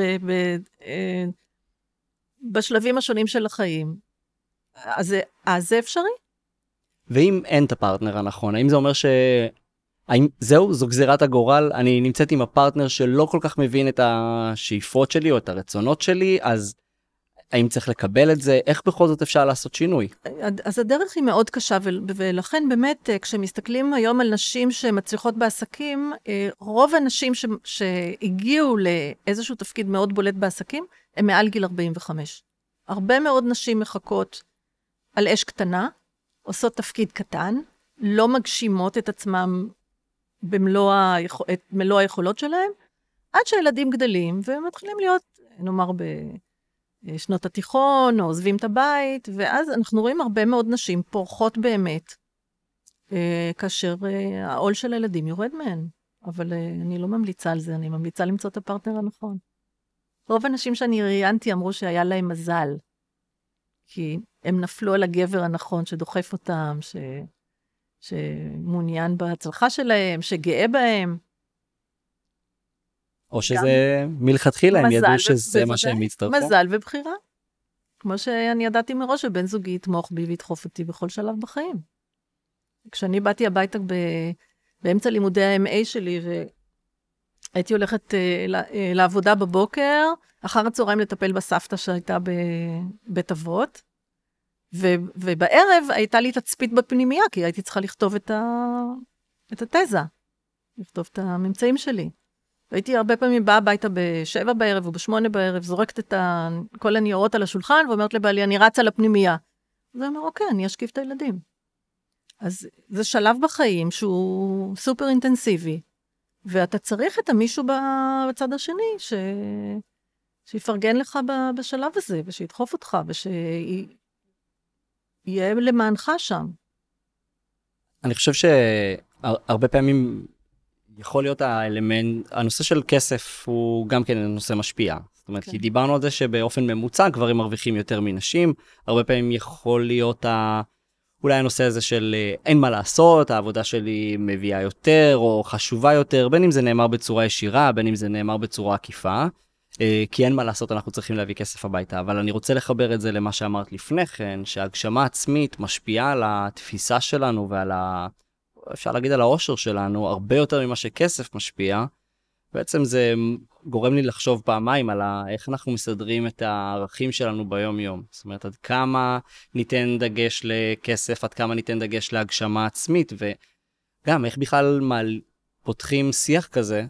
בשלבים השונים של החיים. אז זה אפשרי? ואם אין את הפרטנר הנכון, האם זה אומר האם זו גזירת הגורל, אני נמצאת עם הפרטנר שלא כל כך מבין את השאיפות שלי או את הרצונות שלי, אז האם צריך לקבל את זה? איך בכל זאת אפשר לעשות שינוי? אז הדרך היא מאוד קשה, ולכן באמת, כשמסתכלים היום על נשים שמצליחות בעסקים, רוב הנשים שהגיעו לאיזשהו תפקיד מאוד בולט בעסקים, הם מעל גיל 45. הרבה מאוד נשים מחכות על אש קטנה, עושות תפקיד קטן, לא מגשימות את עצמם במלוא היכולות שלהם, עד שהילדים גדלים ומתחילים להיות, נאמר, בשנות התיכון, או עוזבים את הבית, ואז אנחנו רואים הרבה מאוד נשים פורחות באמת, כאשר העול של הילדים יורד מהן. אבל אני לא ממליצה על זה, אני ממליצה למצוא את הפרטנר הנכון. רוב האנשים שאני ראיינתי אמרו שהיה להם מזל, כי הם נפלו על הגבר הנכון שדוחף אותם, שמעוניין בהצלחה שלהם, שגאה בהם. או שזה מלכתחילה, הם ידעו שזה מה שהם יצטרכו. מזל ובחירה. כמו שאני ידעתי מראש שבן זוגי יתמוך בי וידחוף אותי בכל שלב בחיים. כשאני באתי הביתה באמצע לימודי ה-MA שלי, והייתי הולכת לעבודה בבוקר, אחר הצהריים לטפל בסבתא שהייתה בבית אבות, ובערב הייתה לי תצפית בפנימיה, כי הייתי צריכה לכתוב את התזה, לכתוב את הממצאים שלי. והייתי הרבה פעמים באה הביתה ב7 בערב או ב8 בערב, זורקת את כל הניירות על השולחן, ואומרת לבעלי, אני רצה לפנימיה. אז הוא אומר, אוקיי, אני אשקיף את הילדים. אז זה שלב בחיים שהוא סופר אינטנסיבי, ואתה צריך את המישהו בצד השני, שיפרגן לך בשלב הזה, ושידחוף אותך, ושיהיה למענך שם. אני חושב שהרבה פעמים יכול להיות האלמנט, הנושא של כסף הוא גם כן נושא משפיע. זאת אומרת, כי דיברנו על זה שבאופן ממוצע גברים מרוויחים יותר מנשים, הרבה פעמים יכול להיות אולי הנושא הזה של אין מה לעשות, העבודה שלי מביאה יותר או חשובה יותר, בין אם זה נאמר בצורה ישירה, בין אם זה נאמר בצורה עקיפה, כי אין מה לעשות, אנחנו צריכים להביא כסף הביתה. אבל אני רוצה לחבר את זה למה שאמרת לפני כן, שהגשמה עצמית משפיעה על התפיסה שלנו ועל אפשר להגיד על האושר שלנו, הרבה יותר ממה שכסף משפיע. בעצם זה גורם לי לחשוב פעמיים על איך אנחנו מסדרים את הערכים שלנו ביום יום. זאת אומרת, עד כמה ניתן דגש לכסף, עד כמה ניתן דגש להגשמה עצמית, וגם איך בכלל פותחים שיח כזה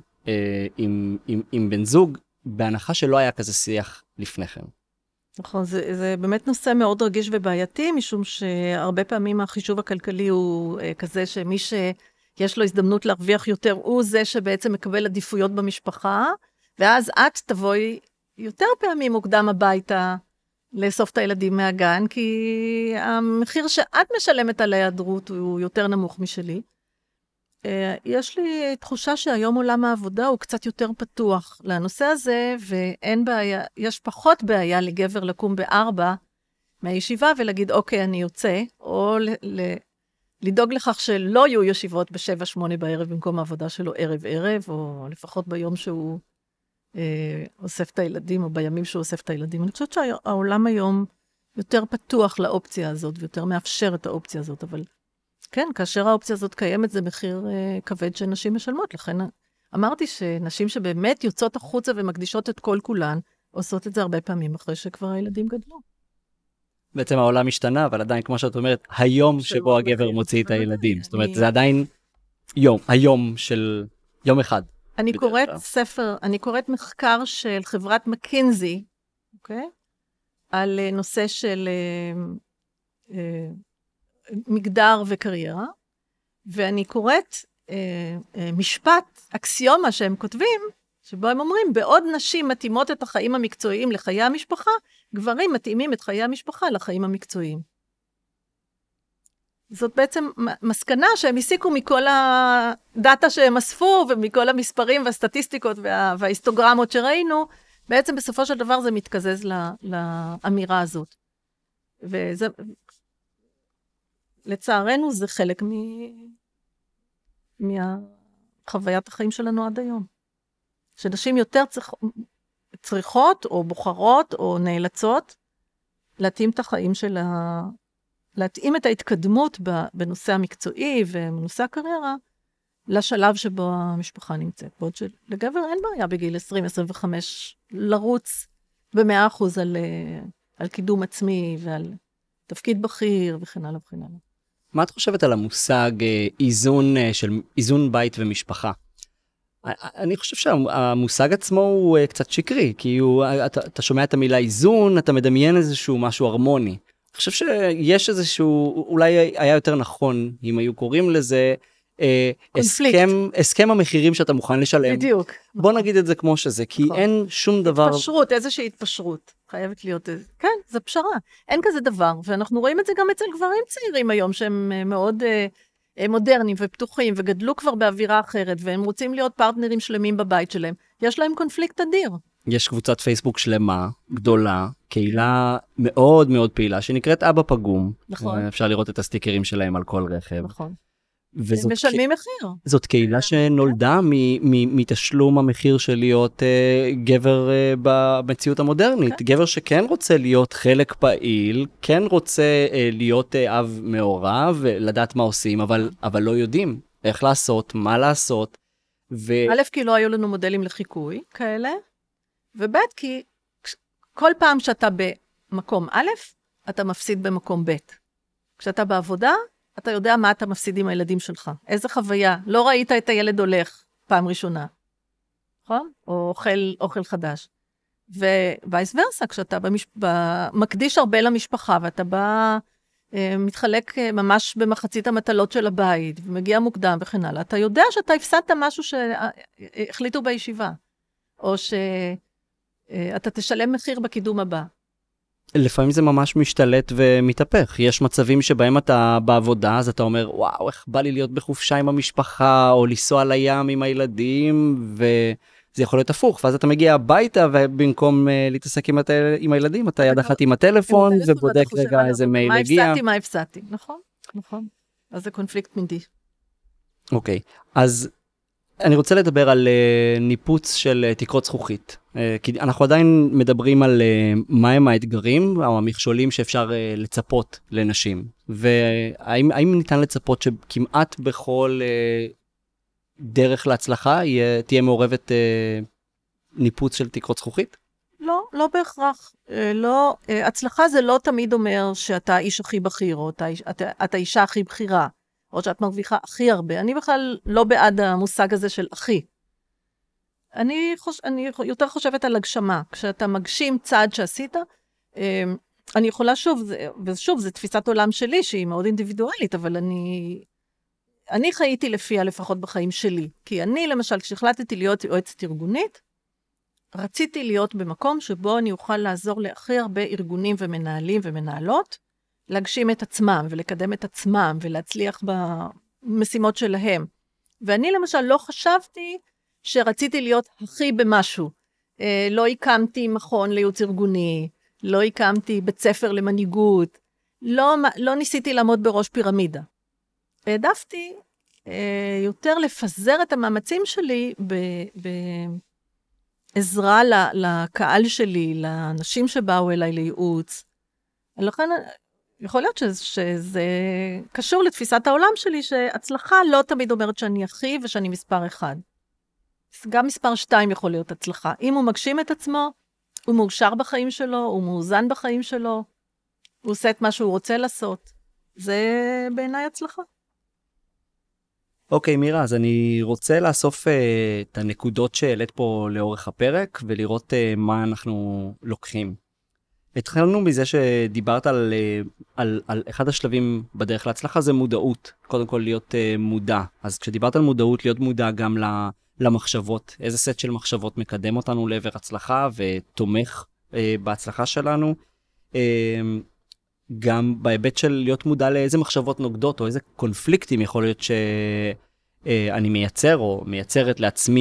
עם בן זוג, בהנחה שלא היה כזה שיח לפני כן. נכון, זה באמת נושא מאוד רגיש ובעייתי, משום שהרבה פעמים החישוב הכלכלי הוא כזה שמי שיש לו הזדמנות להרוויח יותר, הוא זה שבעצם מקבל עדיפויות במשפחה, ואז את תבואי יותר פעמים מוקדם הביתה לאסוף את הילדים מהגן, כי המחיר שאת משלמת על ההיעדרות הוא יותר נמוך משלי. יש לי תחושה שהיום עולם העבודה הוא קצת יותר פתוח לנושא הזה, ואין בעיה, יש פחות בעיה לגבר לקום ב4 מהישיבה ולהגיד, אוקיי, אני יוצא, או לדאוג לכך שלא יהיו ישיבות ב7-8 בערב במקום העבודה שלו ערב, או לפחות ביום שהוא אוסף את הילדים, או בימים שהוא אוסף את הילדים. אני חושבת שהעולם היום יותר פתוח לאופציה הזאת, ויותר מאפשר את האופציה הזאת, אבל כן, כאשר האופציה הזאת קיימת, זה מחיר כבד שנשים משלמות. לכן אמרתי שנשים שבאמת יוצאות החוצה ומקדישות את כל כולן, עושות את זה הרבה פעמים אחרי שכבר הילדים גדלו. בעצם העולם משתנה, אבל עדיין, כמו שאת אומרת, היום שבו הגבר מוציא את הילדים. זאת אומרת, זה עדיין היום של יום אחד. אני קוראת מחקר של חברת מקינזי, אוקיי? על נושא של מגדר וקריירה, ואני קוראת משפט, אקסיומה שהם כותבים, שבו הם אומרים, בעוד נשים מתאימות את החיים המקצועיים לחיי המשפחה, גברים מתאימים את חיי המשפחה לחיים המקצועיים. זאת בעצם מסקנה שהם הסיקו מכל הדאטה שהם אספו, ומכל המספרים והסטטיסטיקות וההיסטוגרמות שראינו, בעצם בסופו של דבר זה מתקזז לאמירה הזאת. וזה, לצערנו זה חלק מהחוויית החיים שלנו עד היום. שנשים יותר צריכות או בוחרות או נאלצות להתאים את החיים להתאים את ההתקדמות בנושא המקצועי ובנושא הקריירה לשלב שבו המשפחה נמצאת. בעוד שלגבר אין בעיה בגיל 20-25 לרוץ ב100% על קידום עצמי ועל תפקיד בכיר וכן הלאה וכן הלאה. מה את חושבת על המושג איזון בית ומשפחה? אני חושב שהמושג עצמו הוא קצת שקרי, כי אתה שומע את המילה איזון, אתה מדמיין איזשהו משהו הרמוני. חושב שיש איזשהו, אולי היה יותר נכון, אם היו קוראים לזה, הסכם המחירים שאתה מוכן לשלם. בדיוק. בוא נגיד את זה כמו שזה, כי אין שום דבר... התפשרות, איזושהי התפשרות. חייבת להיות... כן, זה פשרה. אין כזה דבר, ואנחנו רואים את זה גם אצל גברים צעירים היום, שהם מאוד מודרניים ופתוחים, וגדלו כבר באווירה אחרת, והם רוצים להיות פרטנרים שלמים בבית שלהם. יש להם קונפליקט אדיר. יש קבוצת פייסבוק שלמה, גדולה, קהילה מאוד מאוד פעילה, שנקראת אבא פגום. נכון. אפשר לראות את הסטיקרים שלהם על כל רכב. נכון. הם משלמים מחיר. זאת קהילה שנולדה מתשלום המחיר של להיות גבר במציאות המודרנית. גבר שכן רוצה להיות חלק פעיל, כן רוצה להיות אב מעורב, לדעת מה עושים, אבל לא יודעים איך לעשות, מה לעשות. א', כי לא היו לנו מודלים לחיקוי כאלה, וב', כי כל פעם שאתה במקום א', אתה מפסיד במקום ב'. כשאתה בעבודה, אתה יודע מה אתה מפסיד עם הילדים שלך. איזה חוויה. לא ראית את הילד הולך פעם ראשונה. נכון? או אוכל חדש. ווייס ורסה, כשאתה מקדיש הרבה למשפחה, ואתה בא, מתחלק ממש במחצית המטלות של הבית, ומגיע מוקדם וכן הלאה, אתה יודע שאתה הפסדת משהו שהחליטו בישיבה. או שאתה תשלם מחיר בקידום הבא. לפעמים זה ממש משתלט ומתהפך. יש מצבים שבהם אתה בעבודה, אז אתה אומר, וואו, איך בא לי להיות בחופשה עם המשפחה, או לנסוע לים עם הילדים, וזה יכול להיות הפוך. ואז אתה מגיע הביתה, ובמקום להתעסק עם הילדים, אתה יד אחת עם הטלפון, ובודק רגע איזה מייל הגיע. מה הפסדתי, נכון, נכון. אז זה קונפליקט מידי. אוקיי, אז אני רוצה לדבר על ניפוץ של תקרות זכוכית. כי אנחנו עדיין מדברים על מהם האתגרים או המכשולים שאפשר לצפות לנשים. והאם ניתן לצפות שכמעט בכל דרך להצלחה תהיה מעורבת ניפוץ של תקרות זכוכית? לא, לא בהכרח. לא, הצלחה זה לא תמיד אומר שאתה האיש הכי בכיר, או אתה אישה הכי בכירה. או שאת מרוויחה הכי הרבה. אני בכלל לא בעד המושג הזה של הכי. אני יותר חושבת על הגשמה. כשאתה מגשים צעד שעשית, אני יכולה ושוב, זו תפיסת עולם שלי, שהיא מאוד אינדיבידואלית, אבל אני חייתי לפיה לפחות בחיים שלי. כי אני, למשל, כשהחלטתי להיות יועצת ארגונית, רציתי להיות במקום שבו אני אוכל לעזור להכי הרבה ארגונים ומנהלים ומנהלות, להגשים את עצמם ולקדם את עצמם ולהצליח במשימות שלהם. ואני למשל לא חשבתי שרציתי להיות הכי במשהו. לא הקמתי מכון לייעוץ ארגוני, לא הקמתי בית ספר למנהיגות, לא ניסיתי לעמוד בראש פירמידה. העדפתי יותר לפזר את המאמצים שלי בעזרה לקהל שלי, לאנשים שבאו אליי לייעוץ. לכן יכול להיות שזה קשור לתפיסת העולם שלי, שהצלחה לא תמיד אומרת שאני הכי ושאני מספר אחד. גם מספר 2 יכול להיות הצלחה. אם הוא מגשים את עצמו, הוא מאושר בחיים שלו, הוא מאוזן בחיים שלו, הוא עושה את מה שהוא רוצה לעשות. זה בעיניי הצלחה. אוקיי, מירה, אז אני רוצה לאסוף את הנקודות שהעלית פה לאורך הפרק, ולראות מה אנחנו לוקחים. התחלנו מזה שדיברת על אחד השלבים בדרך להצלחה, זה מודעות. קודם כל להיות מודע. אז כשדיברת על מודעות, להיות מודע גם למחשבות. איזה סט של מחשבות מקדם אותנו לעבר הצלחה ותומך בהצלחה שלנו. גם בהיבט של להיות מודע לאיזה מחשבות נוגדות, או איזה קונפליקטים יכול להיות שאני מייצר, או מייצרת לעצמי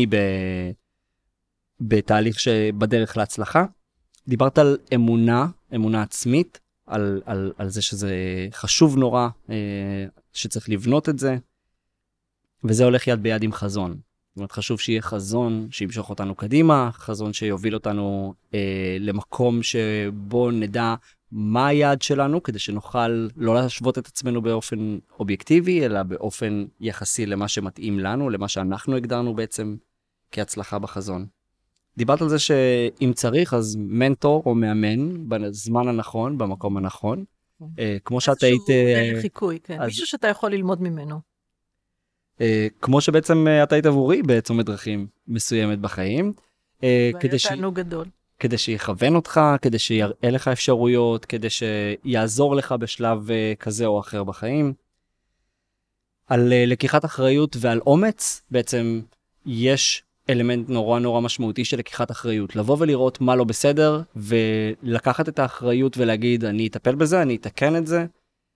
בתהליך שבדרך להצלחה. דיברת על אמונה עצמית, על זה שזה חשוב נורא, שצריך לבנות את זה, וזה הולך יד ביד עם חזון. זאת אומרת, חשוב שיהיה חזון שימשוך אותנו קדימה, חזון שיוביל אותנו למקום שבו נדע מה היעד שלנו, כדי שנוכל לא להשוות את עצמנו באופן אובייקטיבי, אלא באופן יחסי למה שמתאים לנו, למה שאנחנו הגדרנו בעצם כהצלחה בחזון. דיברת על זה שאם צריך, אז מנטור או מאמן בזמן הנכון, במקום הנכון. כמו שאת היית... איזשהו חיקוי, כן. מישהו שאתה יכול ללמוד ממנו. כמו שבעצם את היית עבורי בצומת דרכים מסוימת בחיים. והיה תענוג גדול. כדי שיכוון אותך, כדי שיראה לך אפשרויות, כדי שיעזור לך בשלב כזה או אחר בחיים. על לקיחת אחריות ועל אומץ, בעצם יש אלמנט נורא נורא משמעותי של לקיחת אחריות. לבוא ולראות מה לא בסדר, ולקחת את האחריות ולהגיד, אני אטפל בזה, אני אתקן את זה.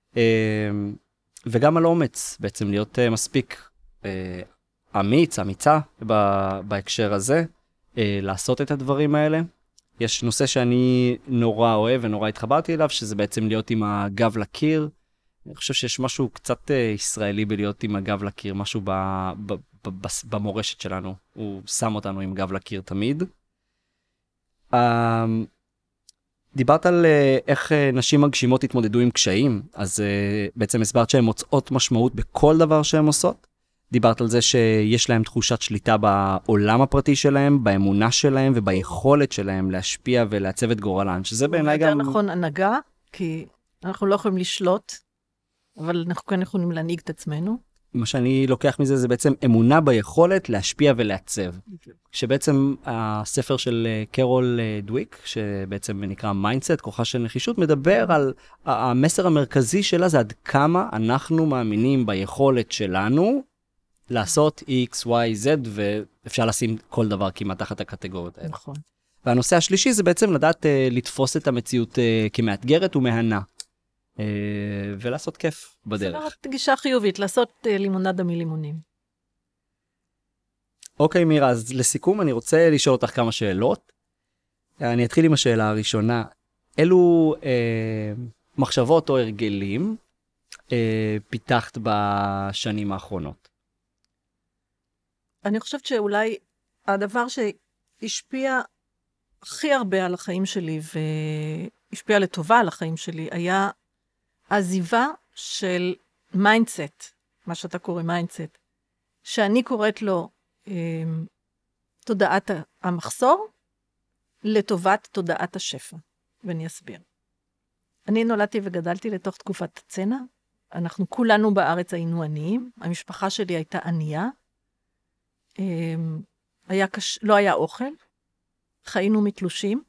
וגם על אומץ, בעצם להיות מספיק אמיצה בהקשר הזה, לעשות את הדברים האלה. יש נושא שאני נורא אוהב ונורא התחברתי אליו, שזה בעצם להיות עם הגב לקיר. אני חושב שיש משהו קצת ישראלי בלהיות עם הגב לקיר, משהו במורשת שלנו. הוא שם אותנו עם גב לקיר תמיד. דיברת על איך נשים מגשימות התמודדו עם קשיים, אז בעצם הסברת שהן מוצאות משמעות בכל דבר שהן עושות. דיברת על זה שיש להם תחושת שליטה בעולם הפרטי שלהם, באמונה שלהם וביכולת שלהם להשפיע ולעצב את גורלן, שזה בעיניי גם... יותר נכון הנהגה, כי אנחנו לא יכולים לשלוט, אבל אנחנו כן יכולים להנהיג את עצמנו. מה שאני לוקח מזה זה בעצם אמונה ביכולת להשפיע ולעצב. שבעצם הספר של קרול דוויק, שבעצם נקרא מיינדסט, כוחה של נחישות, מדבר על המסר המרכזי שלה, זה עד כמה אנחנו מאמינים ביכולת שלנו לעשות X, Y, Z, ואפשר לשים כל דבר כמעט תחת הקטגוריות האלה. נכון. והנושא השלישי זה בעצם לדעת לתפוס את המציאות כמאתגרת ומהנה. ולעשות כיף בדרך. זאת גישה חיובית, לעשות לימונדה מלימונים. אוקיי, מירה, אז לסיכום אני רוצה לשאול אותך כמה שאלות. אני אתחיל עם השאלה הראשונה. אילו מחשבות או הרגלים פיתחת בשנים האחרונות? אני חושבת שאולי הדבר שהשפיע הכי הרבה על החיים שלי, והשפיע לטובה על החיים שלי, היה עזיבה של מיינדסט, מה שאתה קורא מיינדסט, שאני קוראת לו תודעת המחסור, לטובת תודעת השפע. ואני אסביר. אני נולדתי וגדלתי לתוך תקופת הצנע, אנחנו כולנו בארץ היינו עניים, המשפחה שלי הייתה ענייה, לא היה אוכל, חיינו מתלושים,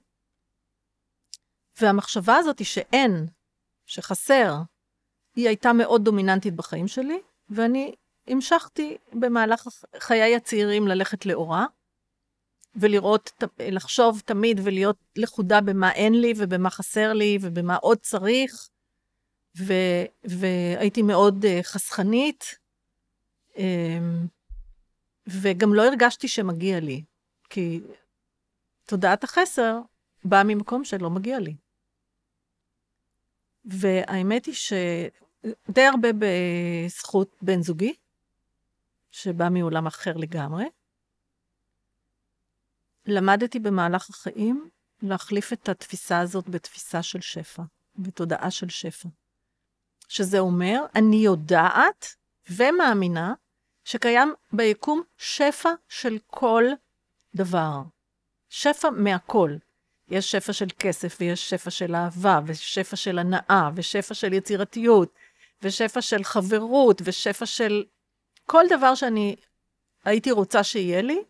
והמחשבה הזאת היא שאין, שחסר, היא הייתה מאוד דומיננטית בחיים שלי, ואני המשכתי במהלך חיי הצעירים ללכת לאורה, ולראות, לחשוב תמיד ולהיות לחודה במה אין לי, ובמה חסר לי, ובמה עוד צריך, והייתי מאוד חסכנית, וגם לא הרגשתי שמגיע לי, כי תודעת החסר באה ממקום שלא מגיע לי. והאמת היא שדי הרבה בזכות בן זוגי, שבא מעולם אחר לגמרי, למדתי במהלך החיים להחליף את התפיסה הזאת בתפיסה של שפע, בתודעה של שפע. שזה אומר, אני יודעת ומאמינה שקיים ביקום שפע של כל דבר. שפע מהכל. יש שפע של כסף, ויש שפע של אהבה, ושפע של הנאה, ושפע של יצירתיות, ושפע של חברות, ושפע של כל דבר שאני הייתי רוצה שיהיה לי,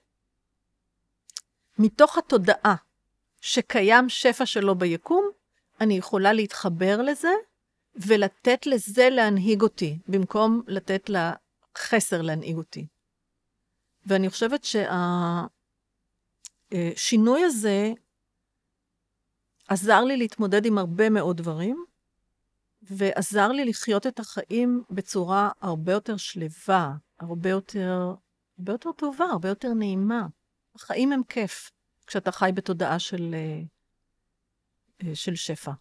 מתוך התודעה שקיים שפע שלו ביקום, אני יכולה להתחבר לזה, ולתת לזה להנהיג אותי, במקום לתת לחסר להנהיג אותי. ואני חושבת שהשינוי הזה עזר לי להתמודד עם הרבה מאוד דברים, ועזר לי לחיות את החיים בצורה הרבה יותר שלווה, הרבה יותר טובה, הרבה יותר נעימה. החיים הם כיף, כשאתה חי בתודעה של שפע.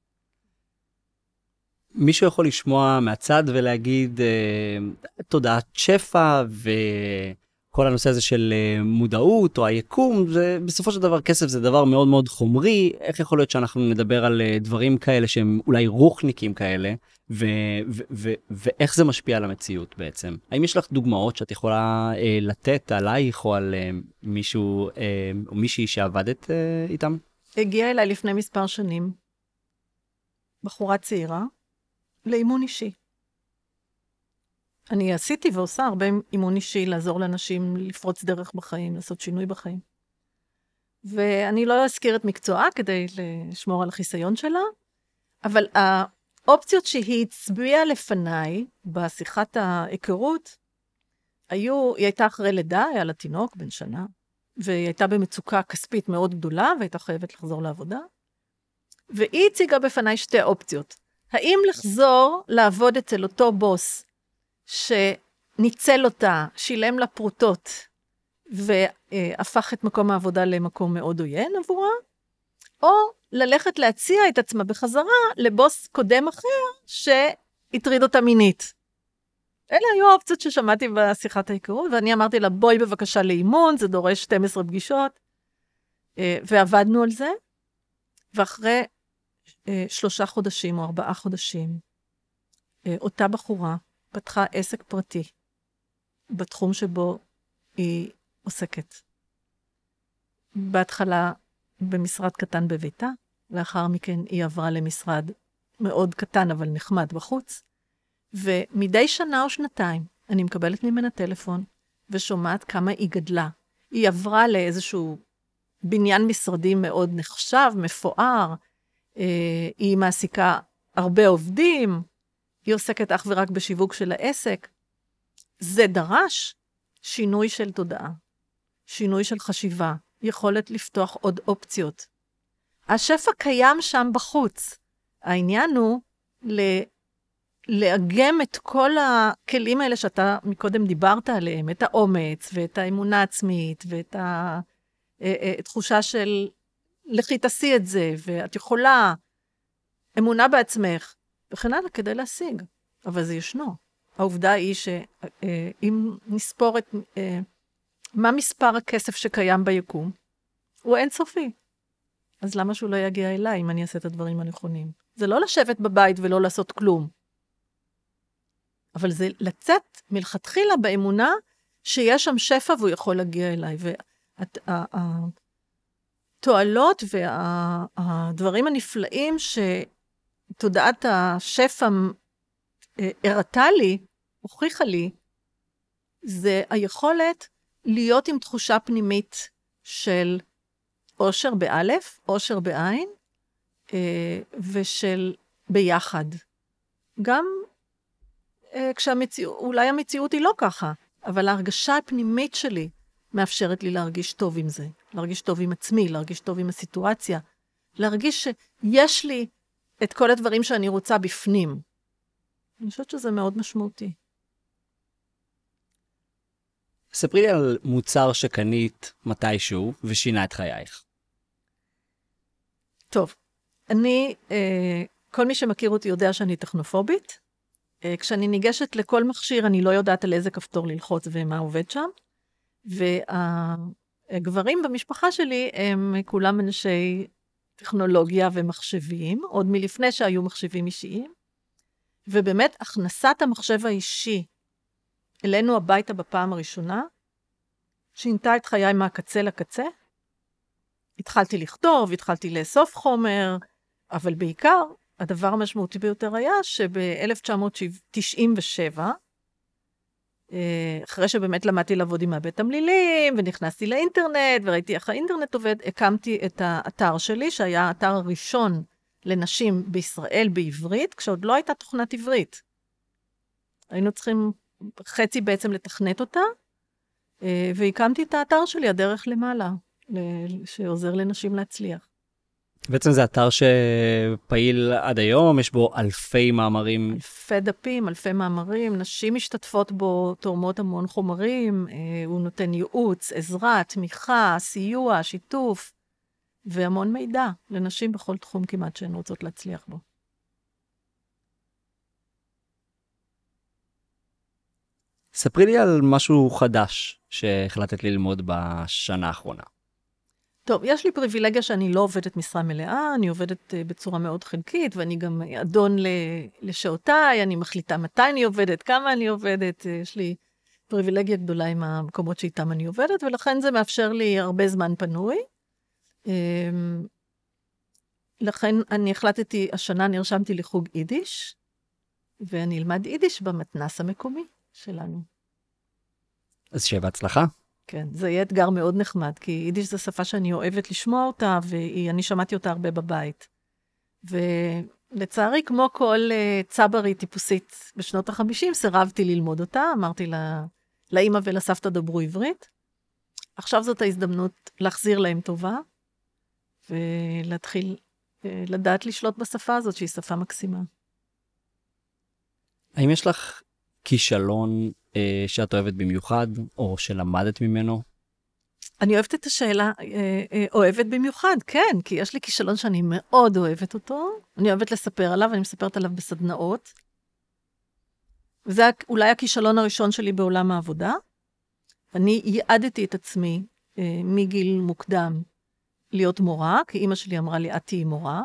מישהו יכול לשמוע מהצד ולהגיד, תודעת שפע וכל הנושא הזה של מודעות או היקום, בסופו של דבר כסף זה דבר מאוד מאוד חומרי, איך יכול להיות שאנחנו נדבר על דברים כאלה שהם אולי רוחניקים כאלה, ואיך זה משפיע על המציאות בעצם? האם יש לך דוגמאות שאת יכולה לתת עלייך או על מישהו או מישהי שעבדת איתם? הגיעה אליי לפני מספר שנים, בחורה צעירה, לאימון אישי. אני עשיתי ועושה הרבה אימון אישי, לעזור לאנשים לפרוץ דרך בחיים, לעשות שינוי בחיים. ואני לא אזכיר את מקצועה כדי לשמור על החיסיון שלה, אבל האופציות שהיא הצביעה לפניי בשיחת ההיכרות, היא הייתה אחרי לידה, היה לה תינוק בן שנה, והיא הייתה במצוקה כספית מאוד גדולה, והייתה חייבת לחזור לעבודה, והיא הציגה בפניי שתי אופציות. האם לחזור לעבוד אצל אותו בוס, שניצל אותה, שילם לה פרוטות, והפך את מקום העבודה למקום מאוד עוין עבורה, או ללכת להציע את עצמה בחזרה לבוס קודם אחר שהטריד אותה מינית. אלה היו האופציות ששמעתי בשיחת ההיכרות, ואני אמרתי לה, בואי בבקשה לאימון, זה דורש 12 פגישות, ועבדנו על זה, ואחרי 3 חודשים או 4 חודשים, אותה בחורה פתחה עסק פרטי, בתחום שבו היא עוסקת. בהתחלה במשרד קטן בביתה, לאחר מכן היא עברה למשרד מאוד קטן אבל נחמד בחוץ, ומדי שנה או שנתיים אני מקבלת ממנה טלפון ושומעת כמה היא גדלה. היא עברה לאיזשהו בניין משרדים מאוד נחשב, מפואר, היא מעסיקה הרבה עובדים, היא עוסקת אך ורק בשיווק של העסק. זה דרש שינוי של תודעה, שינוי של חשיבה, יכולת לפתוח עוד אופציות. השפע קיים שם בחוץ. העניין הוא לאגם את כל הכלים האלה שאתה מקודם דיברת עליהם, את האומץ ואת האמונה העצמית ואת התחושה של לכי תעשי את זה, ואת יכולה, אמונה בעצמך, וכן הלאה כדי להשיג. אבל זה ישנו. העובדה היא שאם נספור את מה מספר הכסף שקיים ביקום, הוא אינסופי. אז למה שהוא לא יגיע אליי אם אני אעשה את הדברים הנכונים? זה לא לשבת בבית ולא לעשות כלום. אבל זה לצאת מלכתחילה באמונה שיש שם שפע והוא יכול להגיע אליי. והתועלות והדברים הנפלאים שתודעת השפע הראתה לי, הוכיחה לי, זה היכולת להיות עם תחושה פנימית של אושר באלף, אושר בעין, ושל ביחד. גם אולי המציאות היא לא ככה, אבל ההרגשה הפנימית שלי מאפשרת לי להרגיש טוב עם זה, להרגיש טוב עם עצמי, להרגיש טוב עם הסיטואציה, להרגיש שיש לי את כל הדברים שאני רוצה בפנים. אני חושבת שזה מאוד משמעותי. ספרי לי על מוצר שקנית מתישהו ושינה את חייך. טוב, כל מי שמכיר אותי יודע שאני טכנופובית. כשאני ניגשת לכל מכשיר, אני לא יודעת על איזה כפתור ללחוץ ומה עובד שם. והגברים במשפחה שלי הם כולם אנשי טכנולוגיה ומחשבים, עוד מלפני שהיו מחשבים אישיים. ובאמת, הכנסת המחשב האישי אלינו הביתה בפעם הראשונה, שינתה את חיי מהקצה לקצה. התחלתי לכתוב, התחלתי לאסוף חומר, אבל בעיקר, הדבר המשמעותי ביותר היה שב-1997, אחרי שבאמת למדתי לעבוד עם מעבד תמלילים, ונכנסתי לאינטרנט, וראיתי איך האינטרנט עובד, הקמתי את האתר שלי, שהיה האתר הראשון לנשים בישראל בעברית, כשעוד לא הייתה תוכנת עברית. היינו צריכים חצי בעצם לתכנת אותה, והקמתי את האתר שלי, הדרך למעלה, שעוזר לנשים להצליח. בעצם זה אתר שפעיל עד היום, יש בו אלפי מאמרים. אלפי דפים, אלפי מאמרים, נשים משתתפות בו, תורמות המון חומרים, הוא נותן ייעוץ, עזרה, תמיכה, סיוע, שיתוף, והמון מידע לנשים בכל תחום כמעט שהן רוצות להצליח בו. ספרי לי על משהו חדש שהחלטת ללמוד בשנה האחרונה. טוב, יש לי פריבילגיה שאני לא עובדת משרה מלאה, אני עובדת בצורה מאוד חלקית, ואני גם אדון לשעותיי, אני מחליטה מתי אני עובדת, כמה אני עובדת, יש לי פריבילגיה גדולה עם המקומות שאיתם אני עובדת, ולכן זה מאפשר לי הרבה זמן פנוי. לכן אני החלטתי, השנה נרשמתי לחוג יידיש, ואני אלמד יידיש במתנ"ס המקומי שלנו. אז שיהיה בהצלחה. כן, זה יהיה אתגר מאוד נחמד, כי יידיש זו שפה שאני אוהבת לשמוע אותה, ואני שמעתי אותה הרבה בבית. ולצערי, כמו כל צברי טיפוסית בשנות ה-50, סירבתי ללמוד אותה, אמרתי לאמא ולסבתא דברו עברית. עכשיו זאת ההזדמנות להחזיר להם טובה, ולהתחיל לדעת לשלוט בשפה הזאת, שהיא שפה מקסימה. האם יש לך כישלון שאת אוהבת במיוחד, או שלמדת ממנו? אני אוהבת את השאלה, אוהבת במיוחד, כן, כי יש לי כישלון שאני מאוד אוהבת אותו, אני אוהבת לספר עליו, אני מספרת עליו בסדנאות, וזה אולי הכישלון הראשון שלי בעולם העבודה. אני ייעדתי את עצמי מגיל מוקדם להיות מורה, כי אמא שלי אמרה לי, את תהיי מורה,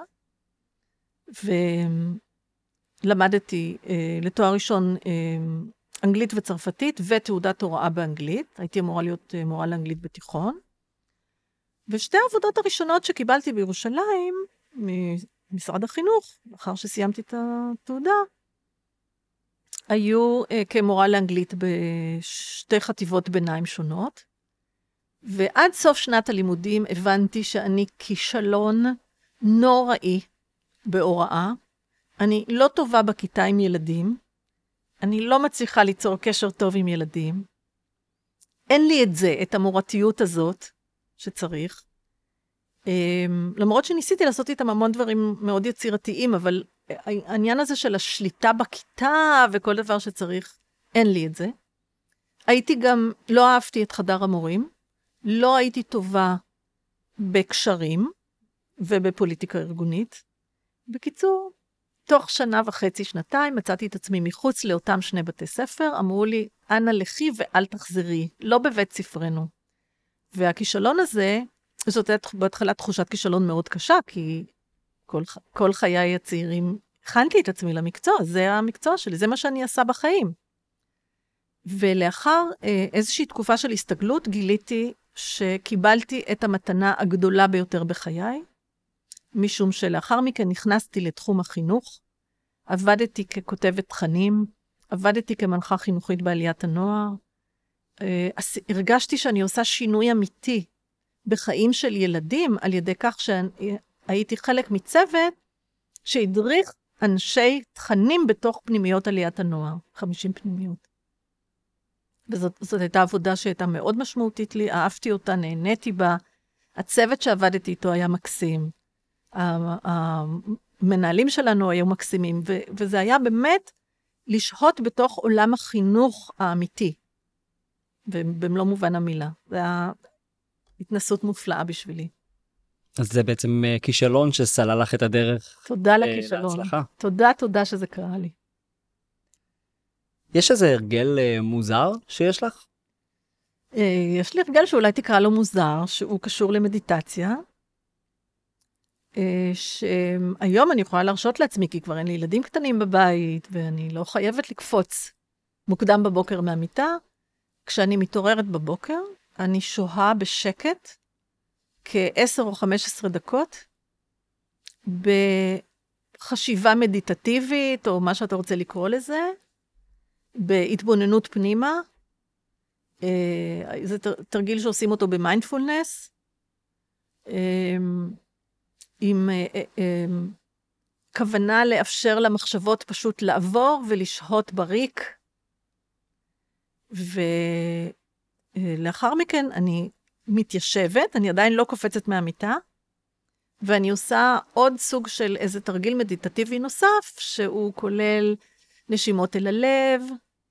ולמדתי לתואר ראשון אנגלית וצרפתית, ותעודת הוראה באנגלית. הייתי אמורה להיות מורה לאנגלית בתיכון. ושתי העבודות הראשונות שקיבלתי בירושלים, ממשרד החינוך, לאחר שסיימתי את התעודה, היו כמורה לאנגלית בשתי חטיבות ביניים שונות. ועד סוף שנת הלימודים הבנתי שאני כישלון נוראי בהוראה. אני לא טובה בכיתה עם ילדים, אני לא מצליחה ליצור קשר טוב עם ילדים. אין לי את זה, את המורתיות הזאת שצריך. למרות שניסיתי לעשות איתם המון דברים מאוד יצירתיים, אבל העניין הזה של השליטה בכיתה וכל דבר שצריך, אין לי את זה. הייתי גם, לא אהבתי את חדר המורים, לא הייתי טובה בקשרים ובפוליטיקה ארגונית. בקיצור, תוך שנה וחצי, שנתיים, מצאתי את עצמי מחוץ לאותם שני בתי ספר, אמרו לי, אנא לכי ואל תחזרי, לא בבית ספרנו. והכישלון הזה, זאת הייתה בהתחלה תחושת כישלון מאוד קשה, כי כל חיי הצעירים, הכנתי את עצמי למקצוע, זה המקצוע שלי, זה מה שאני עושה בחיים. ולאחר איזושהי תקופה של הסתגלות, גיליתי שקיבלתי את המתנה הגדולה ביותר בחיי, משום שלאחר מכן נכנסתי לתחום החינוך, עבדתי ככותבת תכנים, עבדתי כמנחה חינוכית בעליית הנוער, הרגשתי שאני עושה שינוי אמיתי בחיים של ילדים, על ידי כך שהייתי חלק מצוות שהדריך אנשי תכנים בתוך פנימיות עליית הנוער, 50 פנימיות. וזאת הייתה עבודה שהייתה מאוד משמעותית לי, אהבתי אותה, נהניתי בה, הצוות שעבדתי איתו היה מקסים, המנהלים שלנו היו מקסימים, וזה היה באמת לשהות בתוך עולם החינוך האמיתי, במלוא מובן המילה. זה היה התנסות מופלאה בשבילי. אז זה בעצם כישלון שסלל לך את הדרך. תודה לכישלון. להצלחה. תודה שזה קרה לי. יש איזה הרגל מוזר שיש לך? יש לי הרגל שאולי תקרא לו מוזר, שהוא קשור למדיטציה, שהיום אני יכולה להרשות לעצמי, כי כבר אין לי ילדים קטנים בבית, ואני לא חייבת לקפוץ מוקדם בבוקר מהמיטה. כשאני מתעוררת בבוקר, אני שוהה בשקט, כ10 או 15 דקות, בחשיבה מדיטטיבית, או מה שאתה רוצה לקרוא לזה, בהתבוננות פנימה. זה תרגיל שעושים אותו במיינדפולנס, עם כוונה לאפשר למחשבות פשוט לעבור ולשהות בריק. ולאחר מכן אני מתיישבת, אני עדיין לא קופצת מהמיטה, ואני עושה עוד סוג של איזה תרגיל מדיטטיבי נוסף, שהוא כולל נשימות אל הלב,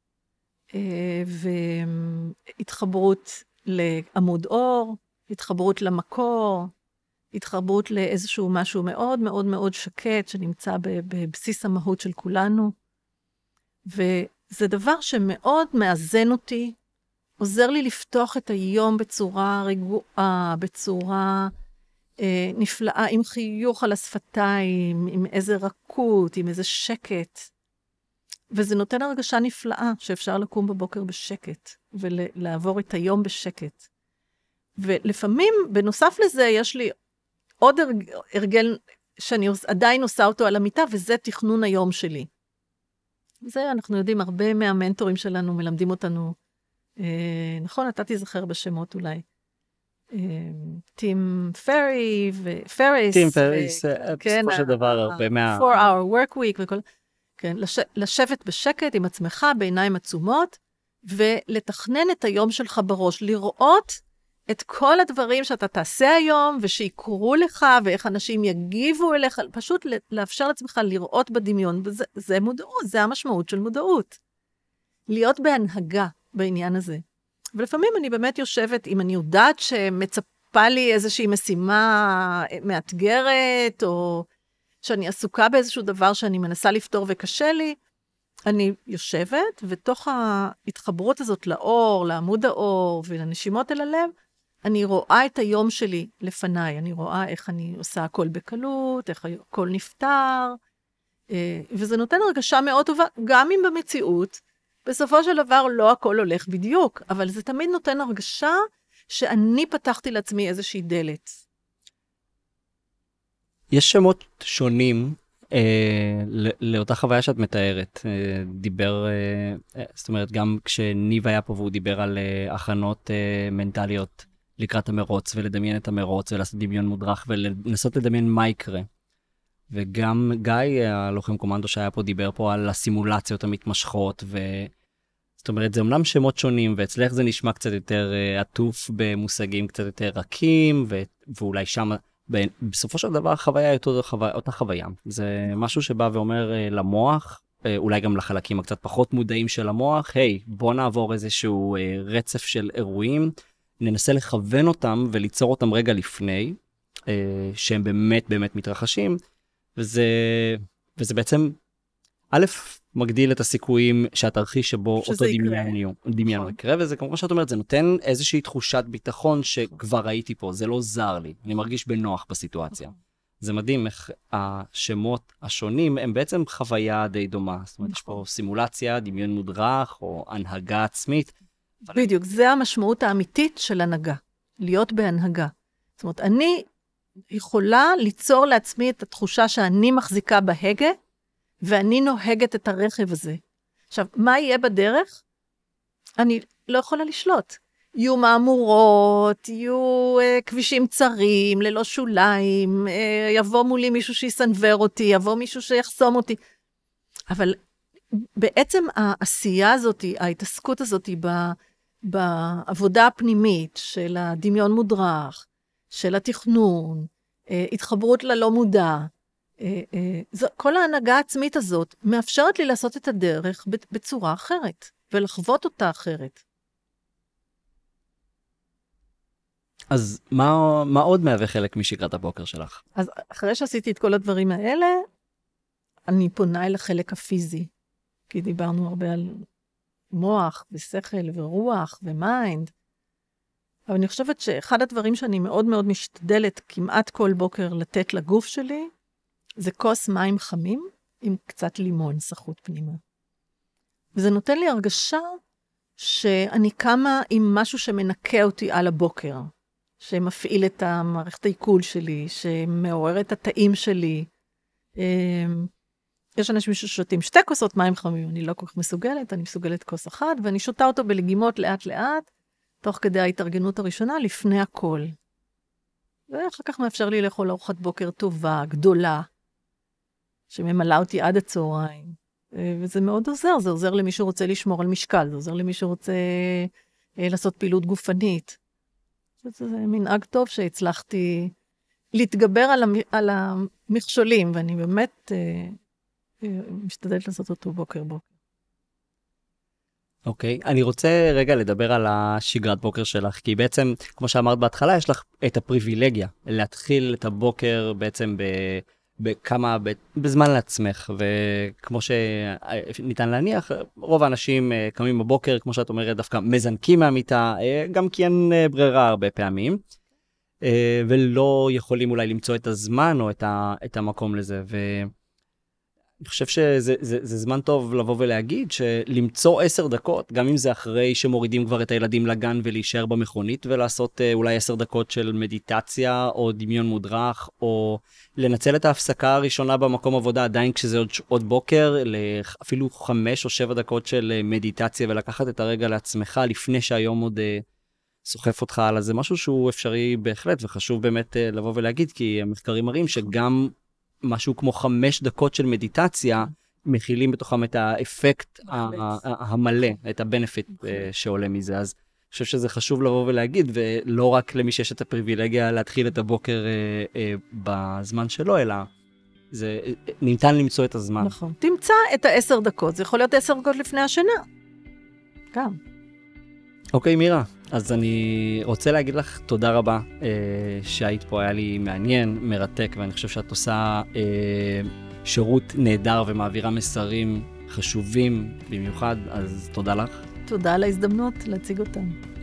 והתחברות לעמוד אור, התחברות למקור, התחברות לאיזשהו משהו מאוד מאוד מאוד שקט, שנמצא בבסיס המהות של כולנו. וזה דבר שמאוד מאזן אותי, עוזר לי לפתוח את היום בצורה רגועה, בצורה נפלאה, עם חיוך על השפתיים, עם איזה רכות, עם איזה שקט. וזה נותן הרגשה נפלאה, שאפשר לקום בבוקר בשקט, ולעבור את היום בשקט. ולפעמים, בנוסף לזה, יש לי עוד הרגל שאני עדיין עושה אותו על המיטה, וזה תכנון היום שלי. זה אנחנו יודעים, הרבה מהמנטורים שלנו מלמדים אותנו נכון, אתה תזכר בשמות אולי. טים פרי ופריס. טים פריס, בסופו של דבר, הרבה 4-hour work week וכל... כן, לשבת בשקט עם עצמך, בעיניים עצומות, ולתכנן את היום שלך בראש, לראות את כל הדברים שאתה תעשה היום, ושיקרו לך, ואיך אנשים יגיבו אליך, פשוט לאפשר לעצמך לראות בדמיון, וזה מודעות, זה המשמעות של מודעות. להיות בהנהגה בעניין הזה. ולפעמים אני באמת יושבת, אם אני יודעת שמצפה לי איזושהי משימה מאתגרת, או שאני עסוקה באיזשהו דבר שאני מנסה לפתור וקשה לי, אני יושבת, ותוך ההתחברות הזאת לאור, לעמוד האור ולנשימות אל הלב, אני רואה את היום שלי לפניי, אני רואה איך אני עושה הכל בקלות, איך הכל נפתר, וזה נותן הרגשה מאוד טובה, גם אם במציאות, בסופו של דבר לא הכל הולך בדיוק, אבל זה תמיד נותן הרגשה שאני פתחתי לעצמי איזושהי דלת. יש שמות שונים לאותה חוויה שאת מתארת. זאת אומרת, גם כשניב היה פה והוא דיבר על הכנות מנטליות לקראת המרוץ, ולדמיין את המרוץ, ולעשות דמיון מודרך, ולנסות לדמיין מה יקרה. וגם גיא, הלוחם קומנדו שהיה פה, דיבר פה על הסימולציות המתמשכות, זאת אומרת, זה אומנם שמות שונים, ואצלך זה נשמע קצת יותר עטוף במושגים קצת יותר רכים, ואולי שם, בסופו של דבר, החוויה היא אותה חוויה. זה משהו שבא ואומר למוח, אולי גם לחלקים הקצת פחות מודעים של המוח, היי, בוא נעבור איזשהו רצף של אירועים, ננסה לכוון אותם וליצור אותם רגע לפני, שהם באמת באמת מתרחשים, וזה בעצם, א', מגדיל את הסיכויים שהתרחיש שבו אותו דמיון יקרה, וזה כמו שאת אומרת, זה נותן איזושהי תחושת ביטחון שכבר הייתי פה, זה לא זר לי, אני מרגיש בנוח בסיטואציה. זה מדהים איך השמות השונים הם בעצם חוויה די דומה, זאת אומרת, יש פה סימולציה, דמיון מודרך או הנהגה עצמית. בדיוק, זה המשמעות האמיתית של הנהגה, להיות בהנהגה. זאת אומרת, אני יכולה ליצור לעצמי את התחושה שאני מחזיקה בהגה, ואני נוהגת את הרכב הזה. עכשיו, מה יהיה בדרך? אני לא יכולה לשלוט. יהיו מאמורות, יהיו כבישים צרים, ללא שוליים, יבוא מולי מישהו שיסנבר אותי, יבוא מישהו שיחסום אותי. אבל בעצם העשייה הזאת, ההתעסקות הזאת בעבודה הפנימית של הדמיון מודרך, של התכנון, התחברות ללא מודע, כל ההנהגה העצמית הזאת מאפשרת לי לעשות את הדרך בצורה אחרת, ולחוות אותה אחרת. אז מה עוד מהווה חלק משגרת הבוקר שלך? אז אחרי שעשיתי את כל הדברים האלה, אני פונה אל החלק הפיזי, כי דיברנו הרבה על מוח ושכל ורוח ומיינד, אבל אני חושבת שאחד הדברים שאני מאוד מאוד משתדלת כמעט כל בוקר לתת לגוף שלי, זה כוס מים חמים עם קצת לימון סחוט פנימה. וזה נותן לי הרגשה שאני קמה עם משהו שמנקה אותי על הבוקר, שמפעיל את המערכת העיכול שלי, שמעורר את התאים שלי. יש אנשים ששותים 2 כוסות מים חמים, אני לא כל כך מסוגלת, אני מסוגלת כוס אחת, ואני שותה אותו בלגימות לאט לאט, תוך כדי ההתארגנות הראשונה, לפני הכל. ואחר כך מאפשר לי לאכול ארוחת בוקר טובה, גדולה, שממלאה אותי עד הצהריים. וזה מאוד עוזר, זה עוזר למי שרוצה לשמור על משקל, זה עוזר למי שרוצה לעשות פעילות גופנית. זה מנהג טוב שהצלחתי להתגבר על המכשולים, ואני באמת משתדלת לעשות אותו בוקר בוקר. אוקיי, אני רוצה רגע לדבר על השגרת בוקר שלך, כי בעצם, כמו שאמרת בהתחלה, יש לך את הפריבילגיה להתחיל את הבוקר בעצם בזמן לעצמך, וכמו שניתן להניח, רוב האנשים קמים בבוקר, כמו שאת אומרת, דווקא מזנקים מהמיטה, גם כי אין ברירה הרבה פעמים, ולא יכולים אולי למצוא את הזמן או את המקום לזה, אני חושב שזה זמן טוב לבוא ולהגיד שלמצוא 10 דקות, גם אם זה אחרי שמורידים כבר את הילדים לגן ולהישאר במכונית ולעשות אולי 10 דקות של מדיטציה או דמיון מודרך, או לנצל את ההפסקה הראשונה במקום עבודה עדיין כשזה עוד בוקר, אפילו 5 או 7 דקות של מדיטציה ולקחת את הרגע לעצמך לפני שהיום עוד סוחף אותך הלאה. זה משהו שהוא אפשרי בהחלט וחשוב באמת לבוא ולהגיד, כי המחקרים מראים שגם משהו כמו 5 דקות של מדיטציה, מכילים בתוכם את האפקט המלא, את הבנפיט שעולה מזה. אז אני חושב שזה חשוב לבוא ולהגיד, ולא רק למי שיש את הפריבילגיה להתחיל את הבוקר בזמן שלו, אלא זה ניתן למצוא את הזמן. נכון. תמצא את 10 דקות, זה יכול להיות 10 דקות לפני השינה. גם. אוקיי, מירה, אז אני רוצה להגיד לך תודה רבה שהיית פה, היה לי מעניין, מרתק, ואני חושב שאת עושה שירות נהדר ומעבירה מסרים חשובים במיוחד, אז תודה לך. תודה על ההזדמנות להציג אותם.